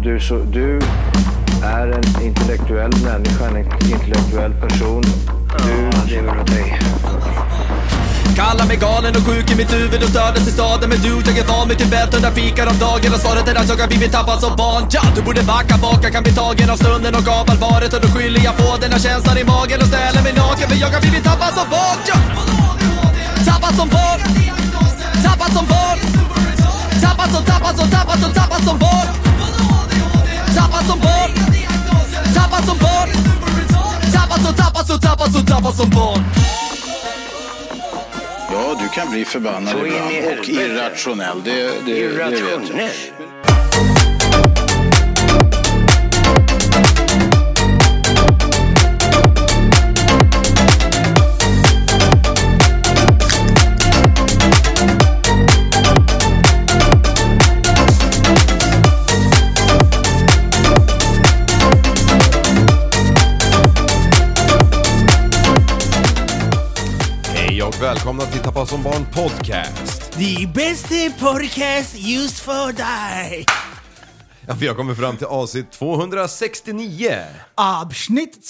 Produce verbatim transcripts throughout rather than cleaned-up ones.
du, så, du är en intellektuell människa, en intellektuell person. Du lever åt dig. Kallar mig galen och sjuk i mitt huvud och stördes i staden. Men du, jag är van vid Tibet under fikar om dagen. Och svaret är att jag har blivit tappad som barn. Ja, du borde backa bak, jag kan bli tagen av stunden och av allvaret. Och då skyller jag på den här känslan i magen och ställer mig naken. För jag har blivit tappad som barn. Ja. Tappad som barn. Tappad som barn. Tappad som, tappad som, tappad som, tappad som barn. Tappad som barn. Tappad som barn. Tappad som, tappad som, tappad som, tappad som barn. Ja, du kan bli förbannad ibland och irrationell. Det, det, Irrationell. det vet jag. Välkomna till Tappa som barn podcast. The bästa podcast just för dig. Ja, vi har kommit fram till avsnitt tvåhundrasextionio. Abschnitt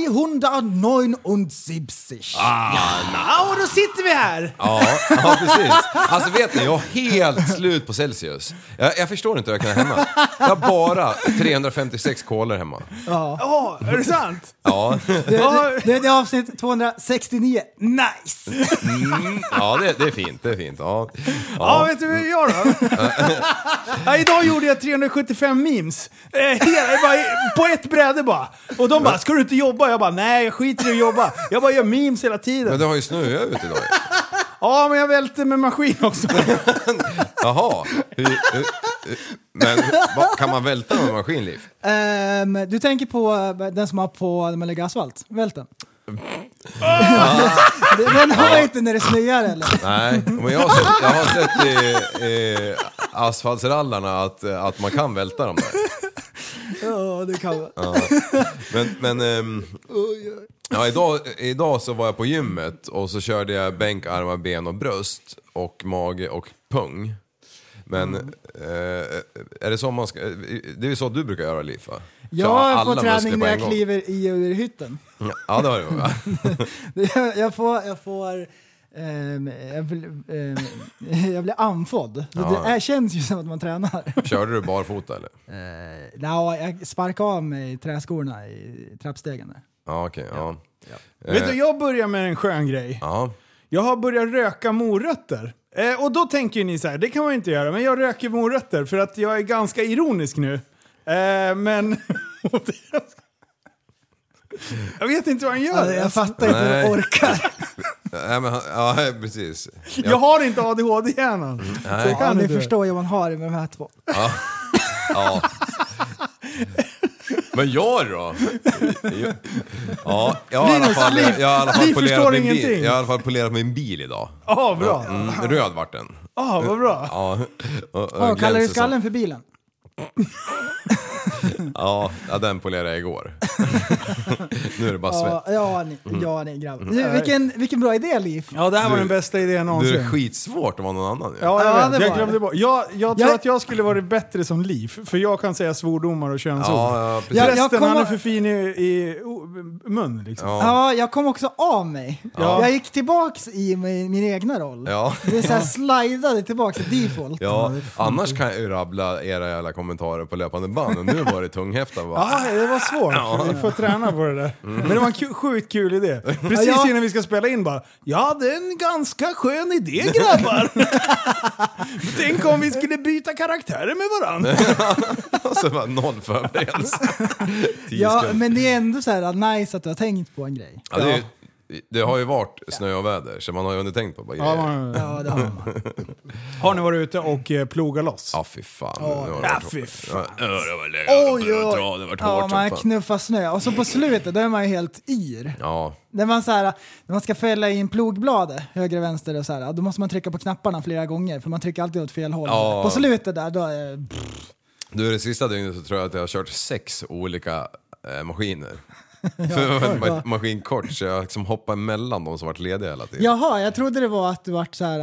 tvåhundraneunsiebzig. Ah, ja, och då sitter vi här. Ja, ja, precis. Alltså vet ni, jag har helt slut på Celsius. Jag, jag förstår inte hur jag kan hemma. Jag har bara trehundrafemtiosex kolor hemma. Ja, oh, är det sant? Ja. Det, det, det, det är avsnitt tvåhundrasextionio. Nice! Mm, ja, det, det är fint, det är fint. Ja, ja. ja Vet du vad jag gör då? Ja, idag gjorde jag trehundrasjuttiofem memes. Eh, hela, bara, på ett bräde bara. Och de bara, ska du inte jobba? Jag bara, nej, jag skiter i att jobba. Jag bara gör memes hela tiden. Men det har ju snöat ut idag. Ja, men jag välte med maskin också. Jaha. Hur, hur, men vad, kan man välta med maskinliv? Um, du tänker på den som har på när man lägger asfalt? Välten. Ah. Den har jag inte när det snöar eller? Nej, men jag har sett, jag har sett i, i asfaltsrallarna att, att man kan välta dem där. Ja, det kan man. Ja. Men, men um, ja, idag, idag så var jag på gymmet och så körde jag bänk, armar, ben och bröst och mage och pung. Men mm. eh, är det så man ska, det är ju så du brukar göra, Liv, va? Jag får träning när jag kliver i ur hytten. Ja, det har du. jag, jag får jag får um, jag, blir, um, jag blir andfådd. Ja. Det är, känns ju som att man tränar. Körde du barfota eller? Uh, ja, jag sparkade av mig träskorna i trappstegen där. Ja, okej. Okay, ja. Ja. Ja. Vet du, jag börjar med en skön grej. Ja. Jag har börjat röka morötter. Eh, och då tänker ni så här, det kan man inte göra. Men jag röker morötter för att jag är ganska ironisk nu. Eh, men... jag vet inte vad han gör. Ja, jag fattar inte hur jag orkar. Nej, men, ja, precis. Jag, jag har inte A D H D-hjärnan. Så jag kan ja, ni förstår ju vad man har med de här två. Ja. Ja. Men jag då? Ja, jag har i alla fall, jag har i alla fall polerat min bil. Jag har i alla fall polerat min bil idag. Ja, oh, bra. Mm, röd vart den. Ja, oh, vad bra. Ja, och, och oh, kallar du skallen för bilen? Ja, ja, den polerade jag igår. Nu är det bara svett. Ja, ja ni, ja, ni grabb. Mm. Vilken, vilken bra idé, Liv. Ja, det här var du, den bästa idén någonsin. Det är skitsvårt att vara någon annan. Ja, ja, jag, vet. jag glömde bort. Jag, jag tror jag... att jag skulle vara bättre som Liv. För jag kan säga svordomar och könsord. Ja, ja, precis. Resten, jag kom... han är för fin i, i mun liksom. Ja. Ja, jag kom också av mig. Ja. Jag gick tillbaks i min, min egna roll. Ja. Det är så här slidade tillbaks till default. Ja, annars kan jag ju rabbla era jävla kommentarer på löpande band. Och nu var det tunghäfta. Ja, det var svårt. Ja. Vi får träna på det där. Mm. Men det var en kul, sjukt kul idé. Precis ja. innan vi ska spela in bara, ja, det är en ganska skön idé, grabbar. Tänk om vi skulle byta karaktärer med varandra. Och så var noll förberedelse. Ja, men det är ändå så här nice att du har tänkt på en grej. Ja, det är, det har ju varit snö och väder, så man har ju undertänkt på bara ja, man, ja, det har man. Har ni varit ute och eh, ploga loss? Ja, fy fan. Oh, ja, fy fan. Ja, det var läge. Oj, oj. Det var ja, hårt man knuffar snö. Och så på slutet, då är man ju helt yr. Ja. När man, så här, när man ska fälla i en plogblad, höger, vänster och så här, då måste man trycka på knapparna flera gånger. För man trycker alltid åt fel håll. Ja. På slutet där, då är det... Du, det sista dygnet så tror jag att jag har kört sex olika eh, maskiner. För det var en maskin kort, så jag liksom hoppade emellan de som varit lediga hela tiden. Jaha, jag trodde det var att du vart så här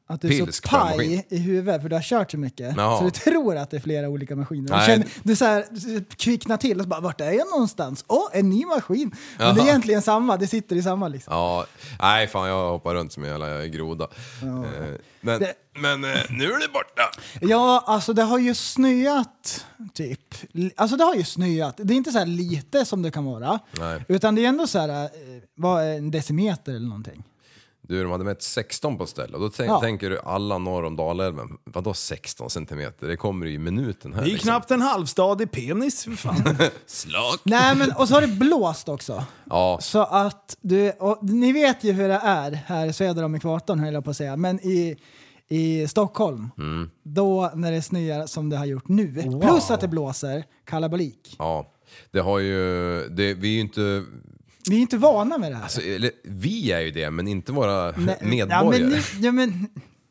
att du är Pilsk så paj maskin. i huvudet för du har kört så mycket. Jaha. Så du tror att det är flera olika maskiner. Du, Nej. känner, du så här, kvicknar till och så bara, vart är jag någonstans? Åh, en ny maskin. Men Jaha. det är egentligen samma, det sitter i samma liksom. Ja, nej fan jag hoppar runt som en jävla groda. Eh, men Det- men eh, nu är det borta. Ja, alltså det har ju snöat typ. Alltså det har ju snöat. Det är inte så här lite som det kan vara. Nej. Utan det är ändå så här, eh, vad är en decimeter eller någonting. Du, de hade mätt sexton på ställe och då tänk, Ja. tänker du alla norr om Dalälven. Vadå sexton centimeter? Det kommer ju i minuten här. Det är ju knappt en halvstadig penis, för fan. Slag. Nej, men och så har det blåst också. Ja, Så att du, och ni vet ju hur det är här söder om ekvatorn höll jag på att säga. Men i, i Stockholm, Mm. då när det snöar som det har gjort nu. Plus att det blåser kalabalik. ja. Det har ju, det, vi är ju inte, Vi är inte vana med det här. alltså, eller, vi är ju det, men inte våra Nej, medborgare. Ja, men, ni, ja, men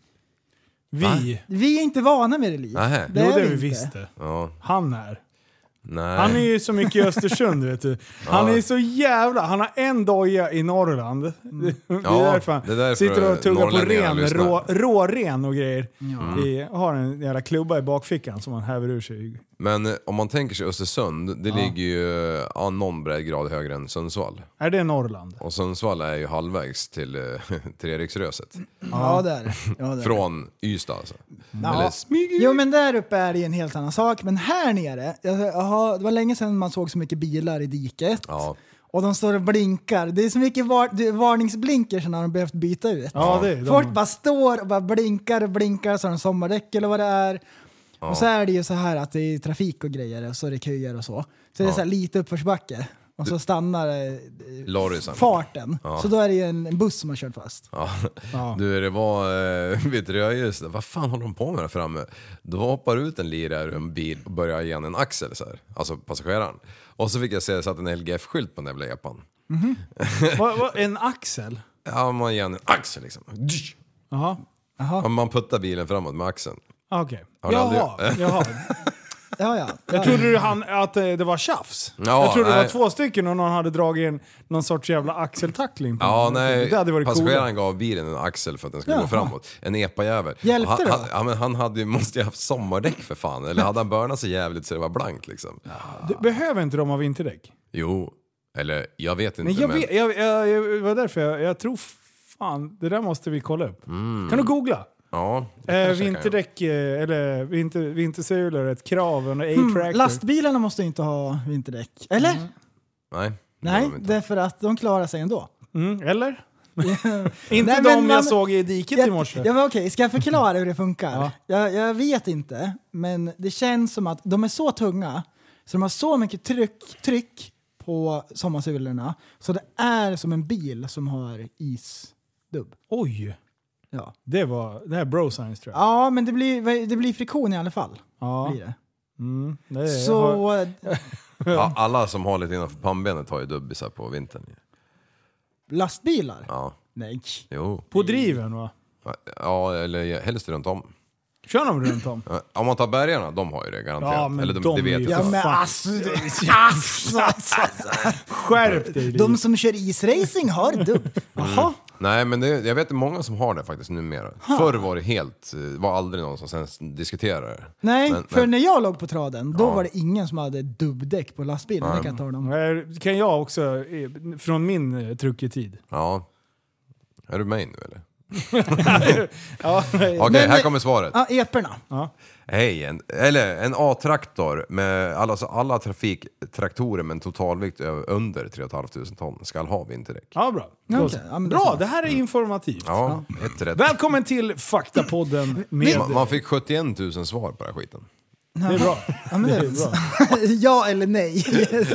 Vi. vi är inte vana med det, Liv. Nähä. Jo, det är vi inte. visst det. Ja, Han är. nej. Han är ju så mycket i Östersund, vet du. Han är så jävla... Han har en doja i Norrland. Det är Ja, därför han det är därför sitter och tuggar på norrlänningarna ren, lyssnar. rå, råren och grejer. I, har en jävla klubba i bakfickan som han häver ur sig. Men eh, om man tänker sig Östersund, det ligger ju ja, någon breddgrad högre än Sundsvall. Är det Norrland? Och Sundsvall är ju halvvägs till, eh, till Eriksröset. Ja, där. Ja, där. Från Ystad alltså. Ja. Eller Smyger. Jo, men där uppe är det en helt annan sak. Men här nere, jag, jag har, det var länge sedan man såg så mycket bilar i diket. Ja. Och de står och blinkar. Det är så mycket var, det är varningsblinkers som de behövt byta ut. Ja, det är de. Folk bara står och bara blinkar och blinkar så har de sommardäck eller vad det är. Och så är det ju så här att det är trafik och grejer och så är det köer och så. Så det är så här lite uppförsbacke. Och så stannar eh, Lorrysen. farten. Ja. Så då är det ju en, en buss som har kört fast. Ja. Ja. Du, det var eh, vid rödljuset. Vad fan håller de på med där framme? Då hoppar ut en lirare ur en bil och börjar igen en axel så här. Alltså passageraren. Och så fick jag se att det satt en L G F-skylt på den där jävla epan. Vad, vad, en axel? Ja, man ger en axel liksom. Jaha. Och man puttar bilen framåt med axeln. Okej. Har du Jaha. aldrig- Jaha. Ja, ja. Jag trodde du han, att eh, det var tjafs. Ja, jag trodde det var nej. två stycken och någon hade dragit en, någon sorts jävla axeltackling på Ja, den. nej. Det hade varit coolt. Passageraren gav bilen en axel för att den skulle Jaha. gå framåt. En epa-jävel. Hjälpte Och han, det då? han, ja, men han hade ju, måste ju haft sommardäck för fan. Eller hade han börnat så jävligt så det var blankt liksom? Du, behöver inte de ha vinterdäck? Jo, eller jag vet inte. Nej, jag men... vet, jag, jag, jag, det var därför jag, jag tror fan, det där måste vi kolla upp. Mm. Kan du googla? Ja, det Eh, kanske jag kan vinterdäck, eh, eller vinter, vintersulor, ett krav under Mm, A-tractor. lastbilarna måste ju inte ha vinterdäck. Eller? göra. Nej, det Nej, gör de inte. därför att de klarar sig ändå. Mm, eller? Inte Nej, de men jag man- såg i diket Jag, i morse. ja, men okej, ska jag förklara hur det funkar? Ja. Jag, jag vet inte, men det känns som att de är så tunga så de har så mycket tryck, tryck på sommarsulorna så det är som en bil som har isdubb. Oj, Ja. det var det här är bro science tror jag. Ja, men det blir, det blir friktion i alla fall. Ja. Blir det. Mm, det är, jag har- Så Ja, alla som har lite innanför pannbenet har ju dubbisar på vintern. lastbilar? Ja, Nej. jo. På driven va? Ja, eller helst runt om. Kör de runt om? Ja, om man tar bergarna, de har ju det garanterat. Ja, men eller de, de det är vet ju- jag. Ja, men fan. alltså, alltså, Skärp dig! de som kör isracing har dubb. Jaha. Nej, men det, jag vet många som har det faktiskt numera. Förr var det helt, var aldrig någon som sen diskuterade det. Nej, Men- för men- när jag låg på traden, då Ja. var det ingen som hade dubbdäck på lastbilen. Det kan jag tala om. Det kan jag också, eh, från min eh, trucketid. Ja. Är du med nu eller? Ja, Okej, Men- här kommer svaret. Ja, eporna. Hej, en, eller en A-traktor med alla, alltså alla trafiktraktorer med en totalvikt över- under tre fem tusen ton ska ha vinterdäck. ja bra. Ja, Då okej. så. Ja, men det är Bra, så. det här är informativt. Ja, ett rätt. Välkommen till Faktapodden med... Man, man fick sjuttioen tusen svar på den här skiten. Det är bra. Ja, men det är bra. ja eller nej.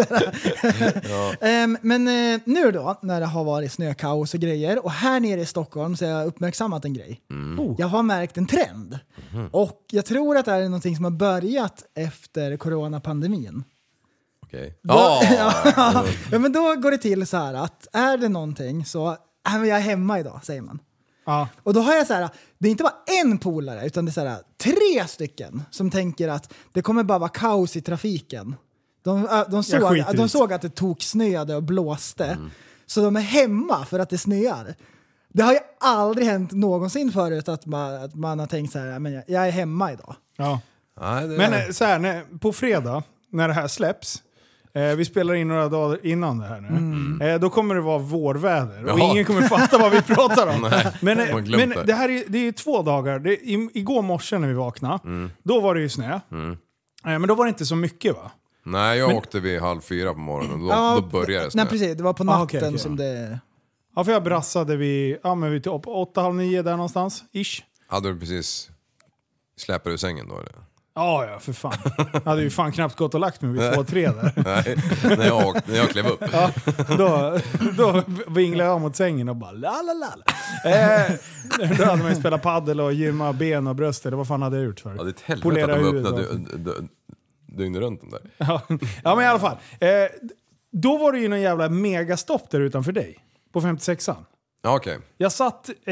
Ehm, men eh, nu då, när det har varit snökaos och grejer, och här nere i Stockholm så har jag uppmärksammat en grej. Oh. Jag har märkt en trend. Och jag tror att det här är någonting som har börjat efter coronapandemin. Okej. Då, Ja, ja, men då går det till så här att är det någonting så, äh, men jag är hemma idag, säger man. Ja. Och då har jag så här, det är inte bara en polare utan det är så här, tre stycken som tänker att det kommer bara vara kaos i trafiken. De, äh, de, såg, skiter i de det. såg att det tog snöade och blåste. Så de är hemma för att det snöar. Det har ju aldrig hänt någonsin förut att man, att man har tänkt så här, men jag, jag är hemma idag. Ja. Nej, det... Men eh, så här, när, på fredag, när det här släpps, eh, vi spelar in några dagar innan det här nu, mm. eh, då kommer det vara vårväder. Och Jaha. ingen kommer fatta vad vi pratar om. Nej, men eh, man glömt men det. det här är, det är två dagar. Det, i, igår morse när vi vaknade, Mm. då var det ju snö. Mm. Eh, men då var det inte så mycket va? Nej, jag Men- åkte vid halv fyra på morgonen. Då, Ja, då började det snö. Nej precis, det var på natten Ah, okej, okej. som det... Ja, för jag brassade vid, ja, men vid typ åtta, halv nio där någonstans, ish. Hade du precis släpat ur sängen då eller? Ja, ja, för fan. Jag hade ju fan knappt gått och lagt mig vid två, tre där. Nej, när jag, åkte, när jag klev upp. Ja, då, då vinglade jag mot sängen och bara la la la. Eh, då hade man ju spelat paddel och gymma ben och bröst. Eller vad fan hade jag gjort för? Ja, det är ett helvete Polera att de huvudet öppnade och- dy- dy- dygnet runt den där. Ja, ja, men i alla fall. Eh, då var det ju någon jävla megastopp där utanför dig. På femtiosexan. Ja, okej. Jag satt, eh,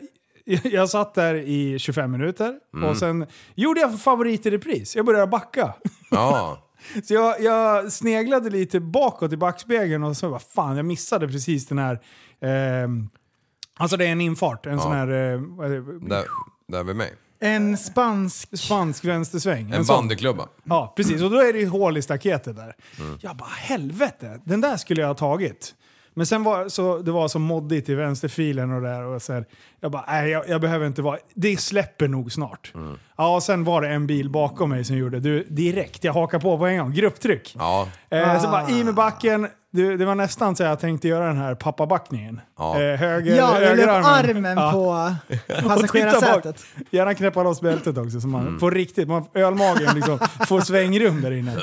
jag satt där i tjugofem minuter. Mm. Och sen gjorde jag favorit i repris. Jag började backa. Ja. Så jag, jag sneglade lite bakåt i backspegeln och så var fan, jag missade precis den här... Eh, alltså det är en infart, en Ja. sån här... Eh, vad är det? Där, där vid mig. En spansk... Spansk vänstersväng. En sån. bandyklubba. Ja, precis. Och då är det ju hål i staketet där. Mm. Jag bara, helvete, den där skulle jag ha tagit. Men sen var så, det var så moddigt i vänsterfilen och där. Och så här, jag bara, nej jag, jag behöver inte vara... Det släpper nog snart. Mm. Ja, och sen var det en bil bakom mig som gjorde du direkt. Jag hakar på på en gång. Grupptryck. Ja. Eh, så bara i med backen. Det, det var nästan så jag tänkte göra den här pappabackningen. Ja. Eh, höger, Ja, jag la upp högerarmen. armen Ja. på Och titta passagerarsätet. bak. Gärna knäppa loss bältet också så man Mm. får riktigt, man, ölmagen liksom får svängrum där inne.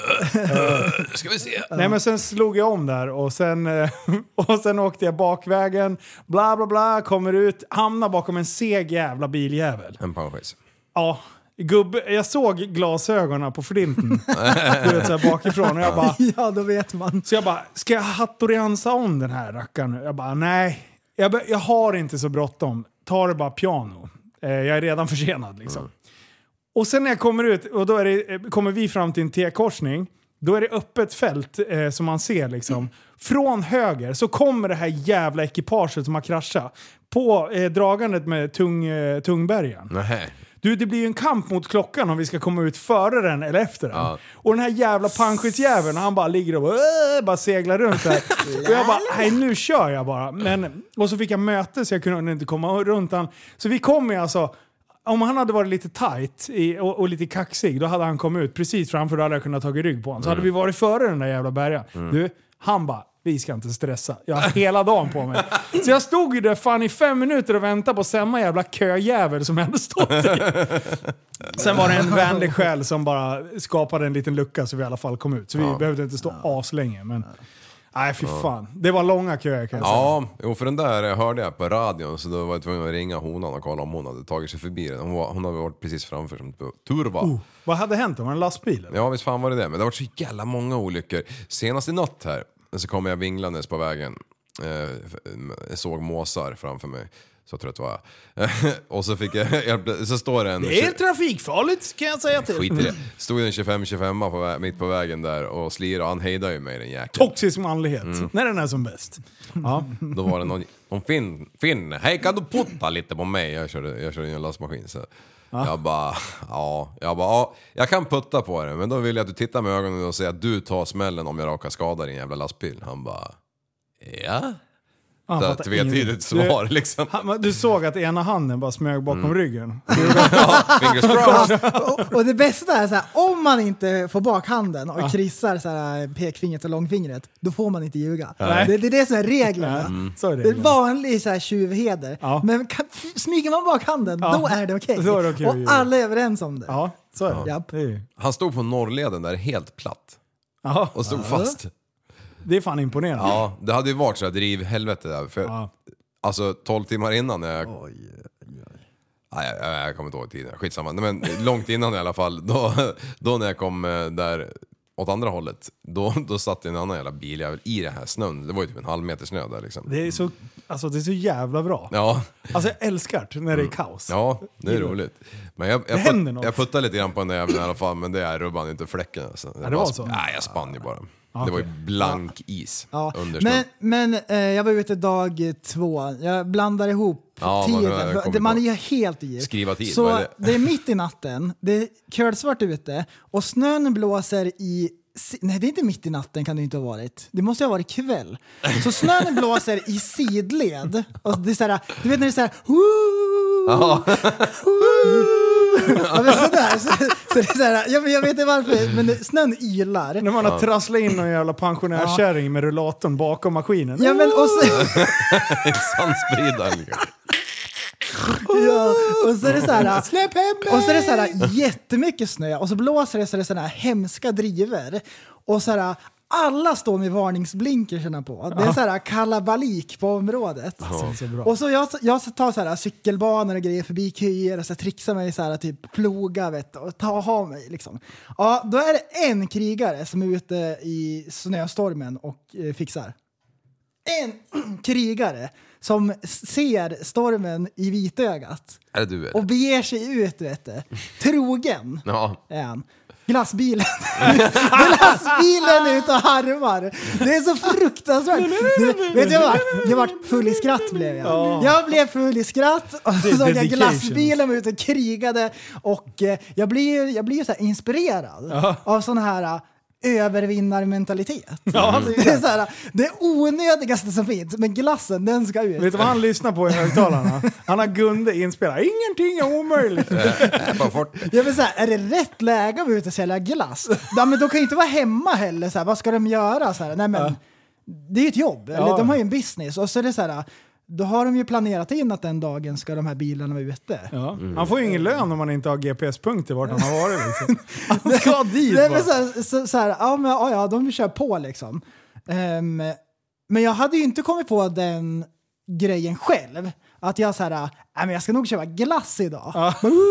Ska vi se. Nej men sen slog jag om där och sen, eh, och sen åkte jag bakvägen, bla bla bla, kommer ut, hamnar bakom en seg jävla biljävel. En pensionist. Ja, gubbe, jag såg glasögonen på flinten. Du vet såhär bakifrån och jag bara, Ja, då vet man. så jag bara, ska jag hattoriansa om den här rackaren nu? Jag bara, nej. Jag, be- jag har inte så bråttom. Ta det bara piano. Eh, jag är redan försenad liksom. Mm. Och sen när jag kommer ut, och då är det, eh, kommer vi fram till en T-korsning. Då är det öppet fält eh, som man ser liksom. Från höger så kommer det här jävla ekipaget som har kraschat. På eh, dragandet med tung, eh, Tungbergen. Nej. Du, det blir ju en kamp mot klockan om vi ska komma ut före den eller efter den. Ja. Och den här jävla panschisjäveln, han bara ligger och bara, "Åh", bara seglar runt där. Och jag bara, nej nu kör jag bara. Men, och så fick jag möte så jag kunde inte komma runt han. Så vi kom ju alltså, om han hade varit lite tight i, och, och lite kaxig, då hade han kommit ut precis framför, då hade jag kunnat ta rygg på honom. Så hade vi varit före den där jävla bergen. Du, han bara, vi ska inte stressa. Jag har hela dagen på mig. Så jag stod ju där fan i fem minuter och väntade på samma jävla köjävel som jag hade stått i. Sen var det en vänlig själ som bara skapade en liten lucka så vi i alla fall kom ut. Så vi Ja. behövde inte stå aslänge. Men nej, fy fan. Det var långa köer kan jag säga. Ja, jo, för den där hörde jag på radion så då var jag tvungen att ringa honan och kolla om hon hade tagit sig förbi den. Hon, var, hon hade varit precis framför som turva. Oh, vad hade hänt? Var det en lastbil? eller? Ja, visst fan var det det. Men det har varit så jävla många olyckor. Senast i natt här så kom jag vinglandes på vägen. Eh, jag såg måsar framför mig. Så trött var jag. Och så fick jag, jag... Så står det en... Det är trafikfarligt kan jag säga till. Skit i det. Stod en tjugofem tjugofem på vä- mitt på vägen där och slirade och han hejdade ju mig den jäkeln. Toxisk manlighet. När den är som bäst. Ja. Då var det någon, någon fin, fin. Hej, kan du putta lite på mig? Jag körde, jag körde en lastmaskin så. Jag bara, ja, jag bara, ja, jag kan putta på det. Men då vill jag att du tittar med ögonen och säger att du tar smällen om jag råkar skada din jävla lastbil. Han bara, ja. Han Så fattar ett tvetydigt ingenting. svar Du- liksom. Han- Du såg att ena handen bara smög bakom ryggen. Ja, fingers crossed. Och, och det bästa är så här, om man inte får bak handen och kryssar så här, pekfingret och långfingret, då får man inte ljuga. Nej. Det, det är det som är reglerna. Mm. Så är det. Det är vanlig så här tjuvheder. Ja. Men kan, smyger man bak handen, Ja. då är det okej. Då är det okej att och ljuga. alla är överens om det. Ja, så är det. Japp. Det är, Han stod på norrleden där helt platt. ja, Och stod fast. det är fan imponerande. Ja, det hade ju varit så här driv helvete där. För, Ja. alltså tolv timmar innan när jag... Nej, jag, jag, jag kommer inte ihåg tiden, skitsamma. Nej, men långt innan i alla fall. Då, då när jag kom eh, där åt andra hållet, då, då satt en annan jävla bil jävel i det här snön. Det var ju typ en halv meter snö där liksom. Det är så, alltså det är så jävla bra. Ja, Alltså jag älskar det när det är kaos. ja, det är roligt. Men jag, jag, Det händer put, något. jag puttade lite grann på den där jäveln i alla fall, men det är rubban inte fläcken. Alltså. det var så? Nej, jag spann ju bara. Okay. Det var ju blank is. Ja. Men, men eh, jag var ute dag två. Jag blandar ihop ja, tiden. Man, det, man är ju helt i. Skriva tid. Så är det? det är mitt i natten. Det är kölsvart ute. Och snön blåser i... Nej, det är inte mitt i natten, kan det inte ha varit. Det måste ha varit kväll. Så snön blåser i sidled. Och det är så här, du vet när det är så här... Ja, men sådär, så, så det är så här, jag, jag vet inte varför, men snön ylar. När man har trasslat in någon jävla pensionärskärring ja. med rullatorn bakom maskinen. Ja, men och så... Sandspridaren. Ja, och så är det så här, släpp hem mig! Och så är det så här jättemycket snö och så blåser det så det är såna här hemska driver och så här alla står med varningsblinkerserna på. Det är så här kalabalik på området. Alltså, så bra. Och så jag, jag tar så här cykelbanor och grejer förbi köer och så trixar mig så här typ ploga vet och ta ha mig liksom. Ja, då är det en krigare som är ute i snöstormen och eh, fixar. En krigare som ser stormen i vitögat. Är det du eller? Och beger sig ut, vet du. Trogen ja. är han. Glassbilen. Glassbilen ut och harvar. Det är så fruktansvärt. Du, vet jag vad? Jag var full i skratt blev jag. Ja. Jag blev full i skratt och så såg jag glassbilen ut och krigade och eh, jag blir jag blir så här inspirerad ja. av sån här övervinnarmentalitet. Ja, det, det är så här, det onödigaste som finns, men glassen den ska ut. Vet du vad han lyssnar på i högtalarna? Han har Gunde inspelad. Ingenting är omöjligt. Jag vill säga, är det rätt läge att ut och sälja glass? Ja, men de kan ju inte vara hemma heller. Så här, vad ska de göra? Så här, nej, men, ja. Det är ju ett jobb. Ja. Eller, de har ju en business. Och så är det så här, då har de ju planerat in att den dagen ska de här bilarna vara ute. Ja. Mm. Han får ju ingen lön om man inte har G P S-punkter vart han har varit. Liksom. Han ska dit. Nej, men så här, så, så här, ja, men, ja, ja, de kör på liksom. Um, men jag hade ju inte kommit på den grejen själv. Att jag så här, nej, men jag ska nog köpa glass idag. Ja.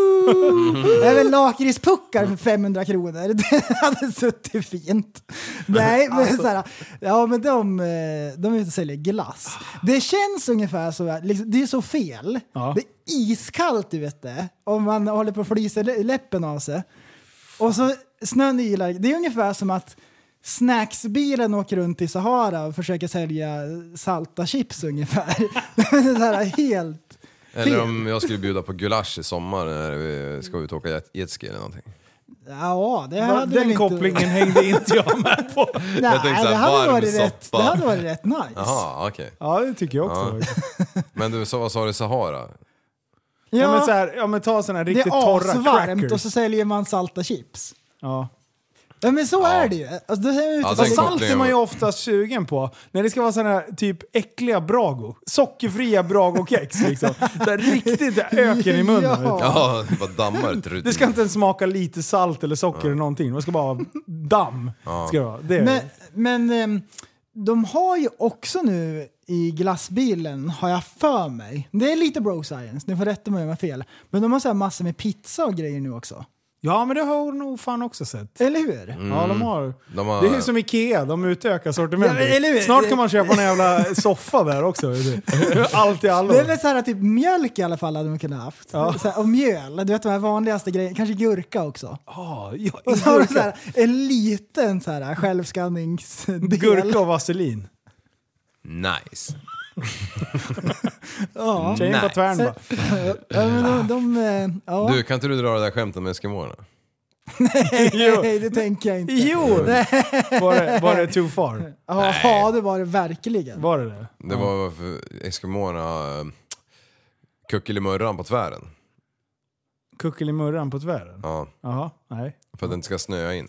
Jag vill lakritspuckar för femhundra kronor. Det hade suttit fint. Nej, men alltså. Så här, ja, men de, de vill inte sälja glass. Det känns ungefär så, liksom, det är så fel. Ja. Det är iskallt, du vet det. Om man håller på att flysa läppen av sig. Och så snön ylar. Det är ungefär som att snacksbilen åker runt i Sahara och försöker sälja salta chips ungefär. Det här är helt eller fel. Om jag skulle bjuda på gulasch i sommar när vi ska ut och åka jetski eller någonting. Ja, det hade den kopplingen inte... hängde inte jag med på. Nej, jag tänkte så här, det, hade varit rätt, det hade varit rätt nice. Jaha, okej. Okay. Ja, det tycker jag också. Ja. Men du, så, vad sa du, Sahara? Ja, ja, men, så här, ja, men ta såna här riktigt torra crackers. Det är asvarmt och så säljer man salta chips. Ja. Ja, men så ja. är det ju. Alltså, det är ja, och salt är man ju ofta sugen på. När det ska vara sådana här typ äckliga Brago. Sockerfria Brago-kex liksom. Det är riktigt öken i munnen. Ja, ja det bara dammar. Det ska inte ens smaka lite salt eller socker ja. eller någonting. Det ska bara vara damm. Ja. Ska det vara. Det är men men de har ju också nu i glassbilen, har jag för mig. Det är lite bro science. Ni får rätta mig om jag har fel. Men de har så här massor med pizza och grejer nu också. Ja, men det har jag nog fan också sett. Eller hur? Mm. Ja, de har. De har... Det är ju som Ikea, de utökar sortimentet. Ja, snart kan man köpa en jävla soffa där också. Allt i allo. Det är väl så här typ mjölk i alla fall hade de kunnat haft. Ja. Så här, och mjöl, du vet de här vanligaste grejerna. Kanske gurka också. Oh, ja, och så har du så här, en liten så här självskanningsdel. Gurka och vaselin. Nice. Ja. Tjejen på tvärn bara. Ja, men de, de, ja. Du, kan inte du dra det där skämtet med eskimorerna? Nej, det tänker jag inte. Jo! Var det, var det too far? Ja, det var det verkligen. Var det det? Det ja. var för eskimorerna uh, kuckelimurran på tvären. Kuckelimurran på tvären? Ja. Jaha, nej. För att det inte ska snöa in.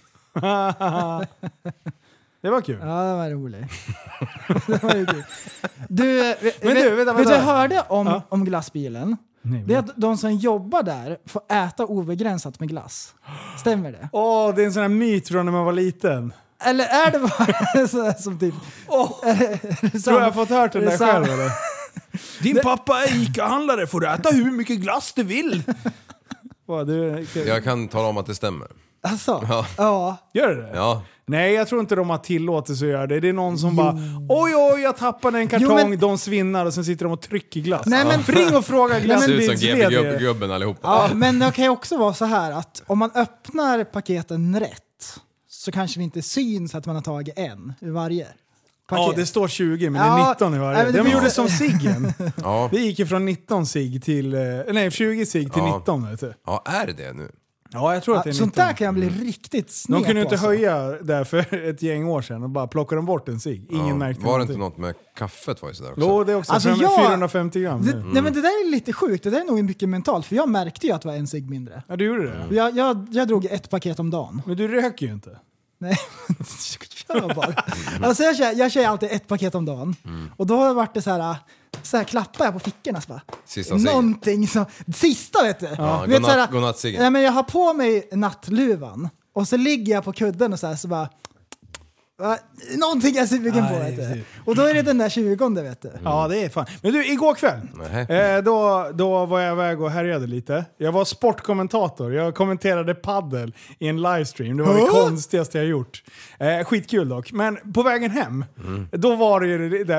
Det var kul. Ja, det var roligt. Det var kul. Du, men vet, du, vänta, vet vänta. du hörde om, ja. om glassbilen? Nej, men... Det är att de som jobbar där får äta obegränsat med glass. Stämmer det? Åh, oh, det är en sån här myt från när man var liten. Eller är det bara så, som typ... Oh. Tror jag har fått hört den där själv, eller? Din det... pappa är Ica-handlare, får du äta hur mycket glass du vill. Vad, du... Jag kan tala om att det stämmer. Alltså, ja. ja. Gör det? Ja. Nej, jag tror inte de har tillåtelse att göra det. Det är någon som jo. bara, oj oj, jag tappade en kartong, jo, men... de svinnar och sen sitter de och trycker glass. Nej, men... Ring och fråga glassbilsledare. Ser ut som G P-gubben allihopa. Ja, men det kan ju också vara så här att om man öppnar paketen rätt så kanske det inte syns att man har tagit en ur varje Ja, paket. det står tjugo, men det Ja, är nitton i varje. nej, men det De finns- gjorde som ciggen. Ja. Vi gick ju från nitton cigg till, eh, nej tjugo cigg till Ja. nitton. Vet du. Ja, är det det nu? Ja, jag tror att det är Ja, nitton. sånt där kan jag bli riktigt sned De kunde på, inte alltså. höja där för ett gäng år sedan och bara plockade de bort en cigg. Ingen Ja. märkte Var det inte någonting. något med kaffet var ju sådär också? Jo, det är också Alltså, fem- jag- fyrahundrafemtio gram. Det, nu. Nej men det där är lite sjukt, det där är nog mycket mentalt för jag märkte ju att det var en cigg mindre. Ja, du gjorde det? Jag, jag, jag drog ett paket om dagen. Men du röker ju inte. Nej, kör bara. Alltså jag kör, jag kör alltid ett paket om dagen. Och då har det varit det så här, så här klappar jag på fickorna så bara. Sista ciggen. Någonting som, sista vet du. Ja, Du vet, så här, godnatt- godnattciggen. nej, men jag har på mig nattluvan och så ligger jag på kudden och så här så bara. Va? Någonting är sugen på Nej, vet du. det- Och då är det den där tjugonde vet du. Ja, det är fan. Men du, igår kväll, Nej. eh, då, då var jag iväg och härjade lite. Jag var sportkommentator. Jag kommenterade paddel i en livestream. Det var det Åh! konstigaste jag gjort. Eh, skitkul dock. Men på vägen hem, då var det ju det där...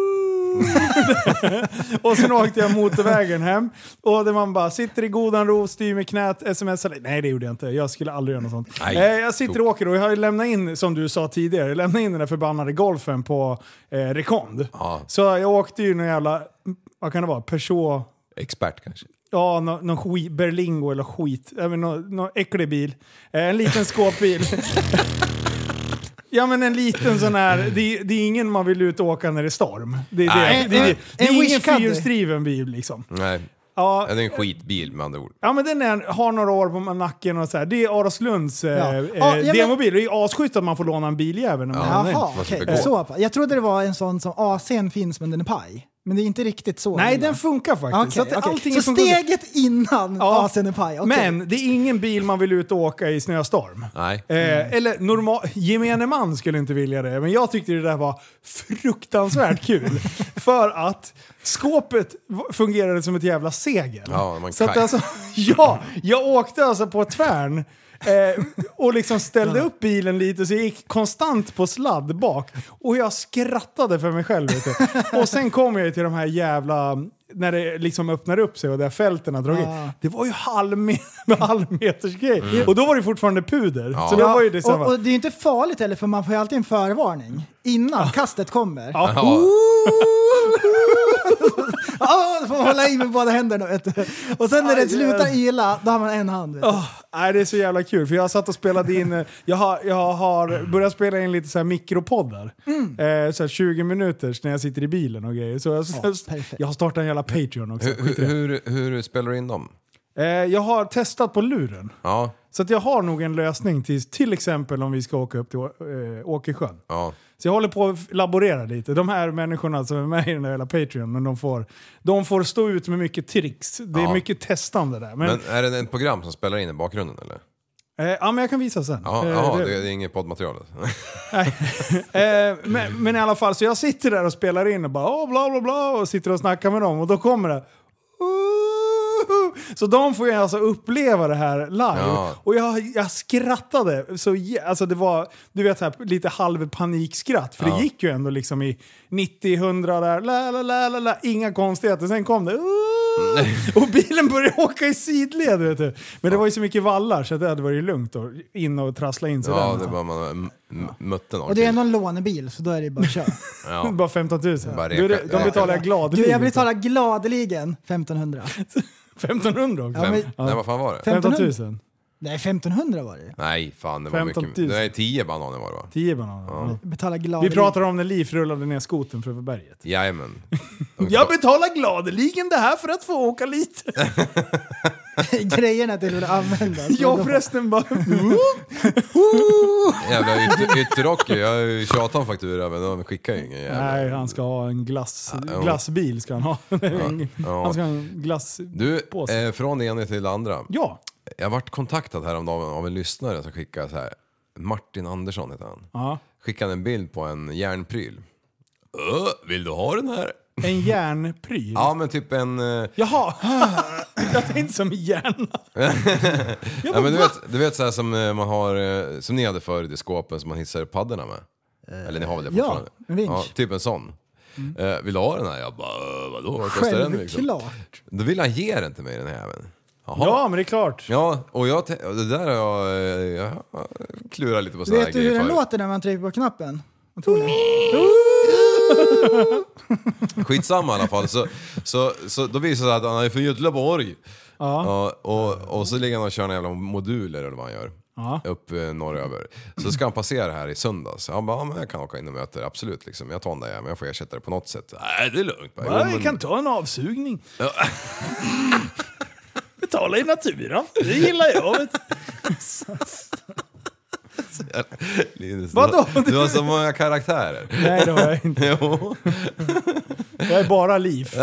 och sen åkte jag motorvägen hem och där man bara sitter i godan ro, styr med knät, smsar. Nej, det gjorde jag inte. Jag skulle aldrig göra något sånt. Nej. Eh, jag sitter och åker och jag har ju lämnat in, som du sa tidigare, jag lämnade in den där förbannade golfen på eh, Rekond. Ja. Så jag åkte ju någon jävla, vad kan det vara, Peugeot, Expert kanske. ja, någon, någon skit, Berlingo eller skit, jag vet, någon, någon äcklig bil. Eh, en liten skåpbil. Ja, men en liten sån här, det, det är ingen man vill ut och åka när det är storm. Det är, Nej. det, det, det, det, det är En ingen Wish-caddy. fyrhjulsdriven bil liksom. Nej. Ja, Det är en skitbil med andra ord. ja men den är, har några år på nacken och så här. Det är Aroslunds eh, Ja. eh, Ja, ja, men- demobil. Det är ju asschysst att man får låna en biljävel när man Ja. hamnar in. Jaha, Vad ska okej. det gå? Så pass. Jag trodde det var en sån som A C:n finns men den är paj. Men det är inte riktigt så. Nej, illa. den funkar faktiskt. Okej, så att okej. allting så funkar. steget innan Ja. A C:n är paj. okej. Men det är ingen bil man vill ut och åka i snöstorm. Nej. Eh, eller normal, gemene man skulle inte vilja det, men jag tyckte det där var fruktansvärt kul. För att skåpet v- fungerade som ett jävla segel. Ja, man Så att kaj. alltså, ja, jag åkte alltså på tvärn eh, och liksom ställde upp bilen lite så jag gick konstant på sladd bak. Och jag skrattade för mig själv. Vet du. Och sen kom jag till de här jävla... När det liksom öppnar upp sig och där fälten har dragit. Ja. Det var ju halvme- halvmeters grej. Och då var det fortfarande puder. Ja. Så då var ju det samma. och, och det är ju inte farligt heller för man får ju alltid en förvarning innan kastet kommer. Ja. Ja. Ja, då får man hålla i med båda händerna vet du. Och sen när det Aj, slutar ila, då har man en hand. Vet du. Oh, nej, det är så jävla kul för jag satt och spelade in, eh, jag har, jag har börjat spela in lite så här mikropoddar. Mm. Eh, så här tjugo minuters när jag sitter i bilen och grejer. Så jag, perfekt. jag har startat en jävla Patreon också. Hur, Skit i hur, det. hur, hur spelar du in dem? Eh, jag har testat på luren. Ja. Så att jag har nog en lösning till till exempel om vi ska åka upp till äh, Åkersjön. Ja. Så jag håller på att laborera lite. De här människorna som är med i den där jävla Patreon, men de får, de får stå ut med mycket tricks. Det är Ja. mycket testande där. Men, Men är det ett program som spelar in i bakgrunden eller? eh, ja, men jag kan visa sen. Ja, Eh, jaha, det- det är inget poddmaterial. Eh, men, men i alla fall, så jag sitter där och spelar in och bara oh, bla bla bla och sitter och snackar med dem och då kommer det. Så de får ju alltså uppleva det här live. Ja. Och jag, jag skrattade. Så, jä- alltså det var, du vet, här, lite halv panikskratt. För Ja. det gick ju ändå liksom i nittio hundra där. La, la, la, la, la, inga konstigheter. Sen kom det. Och bilen började åka i sidled. Vet du. Men det var ju så mycket vallar så att det hade varit lugnt att in och trassla in sig Ja, där. det var man m- m- mötte någon. Och det är ändå en lånebil så då är det bara att köra. Ja. Bara femton tusen. Bara Du, reka- de betalar jag Du, gladeligen. jag betalar gladeligen femtonhundra. femtonhundra också. Ja, men, Nej, vad fan var det? femton tusen. Nej, femtonhundra var det. Nej, fan det var femton mycket. tusen. Nej, tio bananer var det va? tio bananer. Betalar Vi gladeligen. pratar om när Liv rullade ner skoten för berget. Jajamän. Jag betalar gladeligen det här för att få åka lite. Grejerna till att använda. Jag förresten bara... Jävla ytter, ytterrocker. Jag har ju tjatat om faktura men de skickar ju ingen jävla... Nej, han ska ha en glass, Ja. glassbil. Ska han ha. Ja. Han ska ha en glass... Du, påse. eh, från det ena till det andra. Ja. Jag varit kontaktad häromdagen av en lyssnare som skickade så här. Martin Andersson heter han. ja. Skickade en bild på en järnpryl. Öh, vill du ha den här? En järnpryl. Ja men typ en... eh, Jaha. Jag tänkte som hjärna. Ja, men du vet, du vet så här som eh, man har, eh, som ni hade förut i skåpen som man hissar upp paddorna med. Eller ni har väl det ja, fortfarande? en vinsch. Ja, typ en sån. Eh, vill du ha den här? Jag bara, "Eh, vadå? Vad kostar den liksom? Självklart. Då vill han ge den till mig den här jäveln. Jaha. Ja, men det är klart. Ja, och jag, och det där har jag, jag klurar lite på såna här Vet du hur grejer den förut. låter när man trycker på knappen? Jag tror det. Skitsamma i alla fall. Så, så, så då visar det sig att han är från Göteborg. Ja. Ja, och, och så ligger han och kör en jävla moduler eller vad han gör. Ja. Upp eh, norröver. Så ska han passera här i söndags. Han bara, ja, men jag kan åka in och möta det, absolut. Liksom. Jag tar den där, men jag får ersätta det på något sätt. Nej, det är lugnt. Bara, Ja, jo, vi men- kan ta en avsugning. Ja. Betala i naturen. Det gillar jag. Vet. Linus, Vadå? Du, du har så många karaktärer. Nej, det har jag inte. Jo. Jag är bara liv.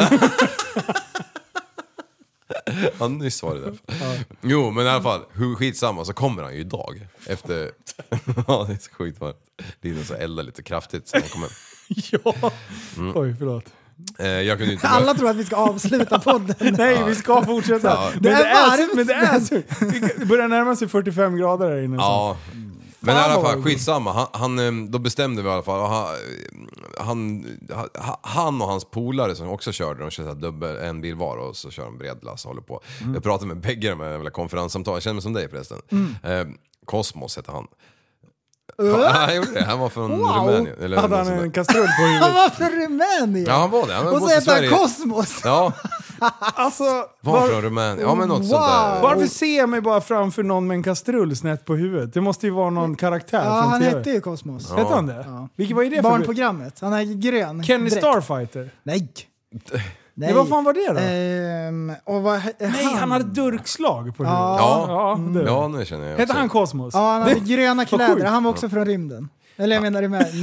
Ja, nyss var det där. Jo, men i alla fall, hur skitsamma, så kommer han ju idag. Efter... ja, det är så sjukt varmt. Linus eldar lite kraftigt så han kommer. Ja. Oj, förlåt. Eh, jag kunde inte... Alla tror att vi ska avsluta podden. Nej, vi ska fortsätta. Ja. Men Det är det är, varmt. så, men det är så. Det börjar närma sig fyrtiofem grader här inne. Så. Ja. Men i Fan, alla vad fall, skitsamma. Han, han, då bestämde vi i alla fall. Han, han, han och hans polare som också körde, de körde dubbel, en bil var och så kör de bredlast och håller på. Mm. Jag pratade med bägge de här konferenssamtal. Jag känner mig som dig förresten. Mm. Eh, Cosmos heter han. Ja, han gjorde det. Han var från Wow. Rumänien. Eller Hade något han sånt där. en kastrull på Han huvudet? var från Rumänien! Ja, han var det. Han har och så bott i heter han Sverige. Kosmos! Ja, Alltså, var var, från Rumänien. Ja, men något sånt Wow. där. varför ser jag mig bara framför någon med en kastrull snett på huvudet? Det måste ju vara någon karaktär Ja, från han T V. hette ju Kosmos. Hette han det? Ja. Vilket var det för... Barnprogrammet. Han är grön. Kenny dräkt. Starfighter? Nej. Nej. Vad fan var det då? Ehm, och vad, he- Nej, han hade durkslag på huvudet. Ja. Ja, Ja, det. ja, nu känner jag Hette också. han Kosmos? Ja, han hade gröna Vad kläder. sjukt. Han var också från rymden. Eller jag menar rymden.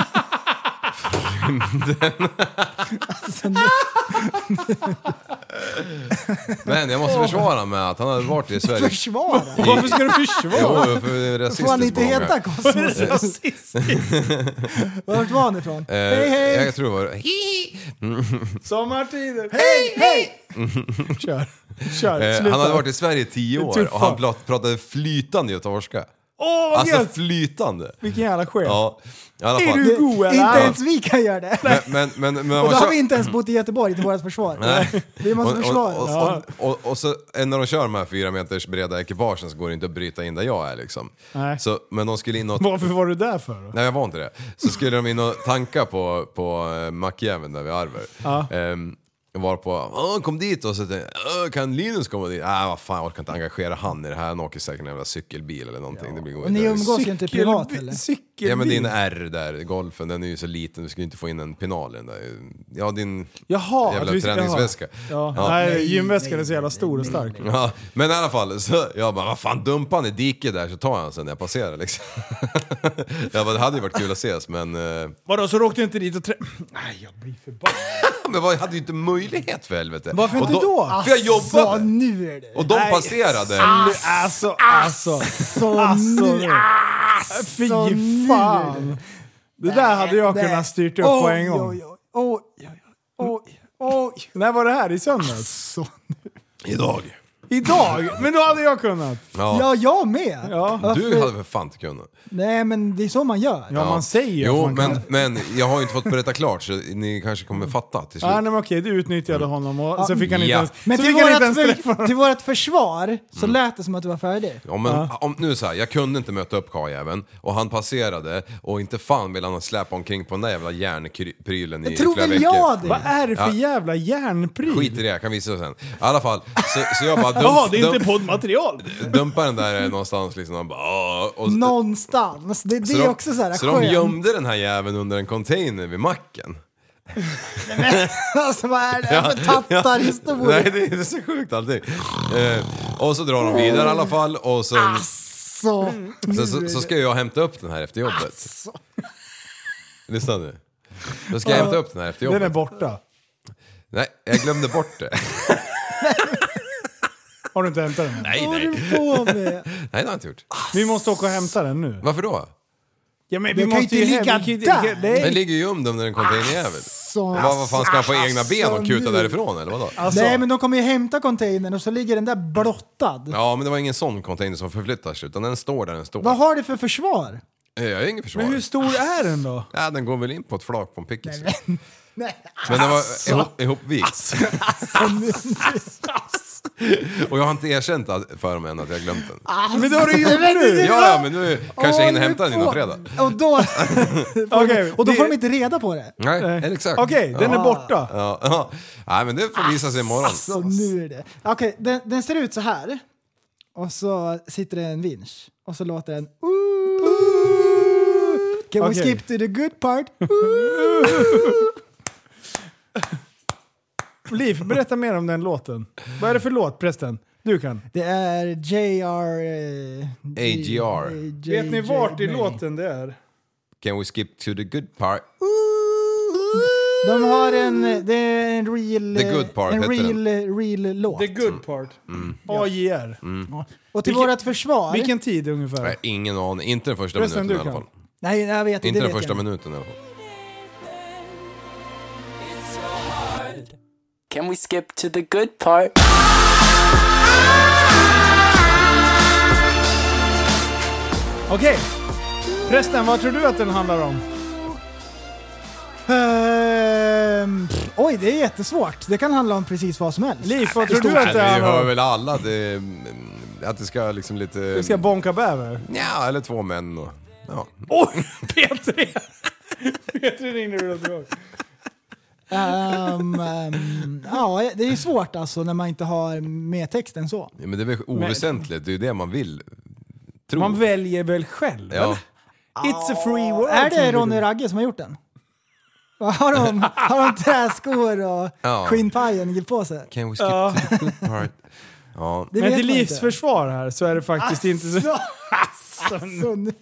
alltså, nu, Men jag måste försvara honom med att han hade varit i Sverige. försvara. Varför ska du försvara? Jo, för rasistiskt Får han inte många. heta Kosmos? Rasistiskt. Vart var han ifrån? Eh, hej hej! Jag tror det var... Sommartider. Hej hej! Kör. Kör. Eh, Sluta. han hade varit i Sverige i tio år Tuffa. och han prat- pratade flytande göteborgska. Åh, vad Alltså gött! flytande. Vilken jävla chef. Ja, i alla Är fall. du god eller? Inte ens vi kan göra det. Men, men, men, men Och då man har kör- vi inte ens bott i Göteborg till vårt försvar. Nej. Vi måste och, försvara och, oss. och, och, och, och så när de kör de här fyra meters breda ekipagen så går det inte att bryta in där jag är liksom. Nej. Så, men de skulle in och... Varför var du där för då? Nej, jag var inte det. Så skulle de in och tanka på, på äh, mackjäveln där vid Arver. Ja. Ehm, var på, åh, kom dit och så tänkte jag, "Åh, kan Linus komma dit? Nej, vad fan, jag orkar inte engagera han i det här. Han åker säkert en jävla cykelbil eller någonting. Det blir Och ni umgås ju inte privat heller. Cykelbil. Ja, men din R där, golfen, den är ju så liten, du skulle inte få in en pinal i den där. Ja, din Jaha, jävla att vi ska- träningsväska. Ja. Ja. Nej, gymväskan är så jävla stor och stark. Ja, men i alla fall, så jag bara, vad fan, dumpar han i diket där så tar jag han sen när jag passerar liksom. Jag bara, det hade ju varit kul att ses, men... eh, Vadå, så åkte du inte dit och trä... Nej, jag blir förbannad. Men vad- jag hade ju inte möjlighet för helvete. Varför Och inte då? För jag Så jobbade! nu är det. Och de Nej. passerade. Alltså, alltså. Så Alltså, nu. fy Så nu. fan. Det där hade jag Nej. kunnat styrt upp Oj, på en gång. Oj, oj, oj, oj, oj, oj. När var det här? I söndags? Så. Idag. Idag? Men då hade jag kunnat. Ja. Ja, jag med. Ja, Du hade för fan inte kunnat. Nej, men det är så man gör. ja man säger ju Jo, att man men, kan. men jag har ju inte fått berätta klart så ni kanske kommer fatta till slut. Ja, nej, men okej, du utnyttjade honom och så fick han inte Ja. ens... Men så till fick han inte vårat, ens träffa för, till vårt försvar så lät det som att du var färdig. Ja, men, om, nu så här, jag kunde inte möta upp karljäveln och han passerade och inte fan ville han släpa omkring på den där jävla järnprylen i Jag tror flera väl veckor. jag det. Vad är det för Ja. jävla järnpryl? Skit i det, jag kan visa sen. I alla fall, så, så jag bara Jaha, dump, det är inte dump, poddmaterial. dumpar den där någonstans liksom och bara, "Åh", och, Någonstans. Det, det så är de, också så här så de skönt. gömde den här jäveln under en container vid macken. Alltså vad är det här för tattarhistoria? Nej, det är så sjukt allting. Eh, och så drar de vidare i alla fall och sen, Så. så, så, så ska jag hämta upp den här efter jobbet. Lyssna nu. Då ska jag hämta upp den här efter Den är jobbet. borta. Nej, jag glömde bort det. Har du inte hämtat den? Nej, Vad nej. håller du på med? Nej, det har jag inte gjort. Vi måste åka och hämta den nu. Varför då? Ja, men Den kan ju inte hem- ligga vi kan ju där. inte- nej. Den ligger ju gömd under en containerjävel. Så. Vad, vad fan ska han få egna ben och kuta nu. därifrån eller vadå? Alltså, Nej, men de kommer ju hämta containern och så ligger den där blottad. Ja, men det var ingen sån container som förflyttar sig utan den står där den står. Vad har du för försvar? Jag har inget försvar. men hur stor är den då? Ja, den går väl in på ett flak på en pickis. Nej. Men det var ihop, ihopvikt. Och jag har inte erkänt för dem än att jag har glömt den. Men då har du gjort nu! Ja, men nu kanske jag hinner hämta den innan fredag. Och då, Okay, och då det... får de inte reda på det. Nej, Nej. exakt. Okej, okay, den är borta. Ja, ja. Nej, men det får visa sig imorgon. Alltså, nu är det. Okej, okay, den, den ser ut så här. Och så sitter det en vinsch. Och så låter den... Can okay. we skip to the good part? Liv, berätta mer om den låten. Vad är det för låt, prästen? Du kan. Det är J R... Eh, A G R. J, Vet ni vart i låten det är? Can we skip to the good part? De har en... Det är en real... The good part en heter real, den. real låt. The good part. Mm. A J R. Mm. Ja. Och till Vilken, vårat försvar... Vilken tid ungefär? Nej, ingen aning. Inte den första Pressen, minuten i alla kan. fall. Nej, jag vet inte. Inte den vet första jag. minuten i alla fall. Can we skip to the good part? Okej. Okay. Prästen, vad tror du att den handlar om? Um, pff, oj, det är jättesvårt. Det kan handla om precis vad som helst. Liv, vad tror du att det är? Vi handlar hör om? väl alla det, att det ska liksom lite... Du ska bonka bäver? Ja, eller två män och... Ja. Oj, P tre! P tre ringde du då tillbaka. Um, um, ja, det är svårt alltså när man inte har med texten så. Ja, men det är väl oväsentligt, det är ju det man vill tro. Man väljer väl själv? Ja. It's a free world. Är det Ronny Ragge som har gjort den? Har de, har de träskor och ja. skinnpajen på sig? Can we skip ja. to the good part? Ja. Men till livsförsvar här så är det faktiskt asså, inte så... Asså, nu.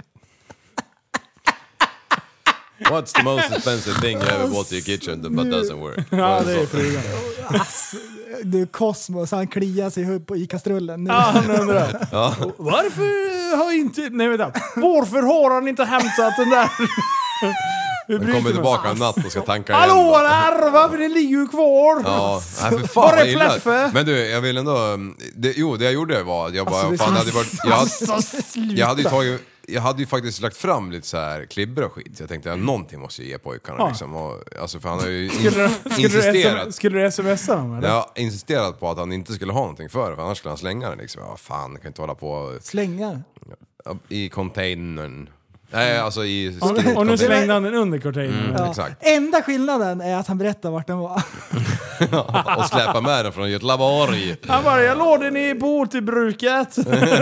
What's the most expensive thing you ever bought to your kitchen but doesn't work? Ja, det är frugan. Asså, du Cosmos, han kliar sig upp i kastrullen nu. Ja, han undrar. Ja. Varför har inte... Nej, vänta. Varför har han inte hämtat den där... Han kommer tillbaka en natt och ska tanka igen. Hallå där! Varför det ligger ju kvar? Ja, nej, för fan var vad det illa. Pleffe? Men du, jag vill ändå... Det, jo, det jag gjorde var... Jag bara, alltså, fan, det hade varit, jag, hade, alltså, jag hade ju tagit... Jag hade ju faktiskt lagt fram lite så här klibber och skit. Så jag tänkte att någonting måste jag ge pojkarna ja. liksom. Och, alltså, för han har ju in, skulle, du, skulle insisterat... Du skulle du smsa dem eller? Jag har insisterat på att han inte skulle ha någonting för, för annars skulle han slänga den liksom. Ja, fan, jag kan inte hålla på... Slänga? I containern. Nej, alltså i... Och, och nu slängde han den under containern. Mm, ja. Exakt. Enda skillnaden är att han berättar vart den var. Och släpa med den från Göteborg. Han bara, jag låg den i båtbruket.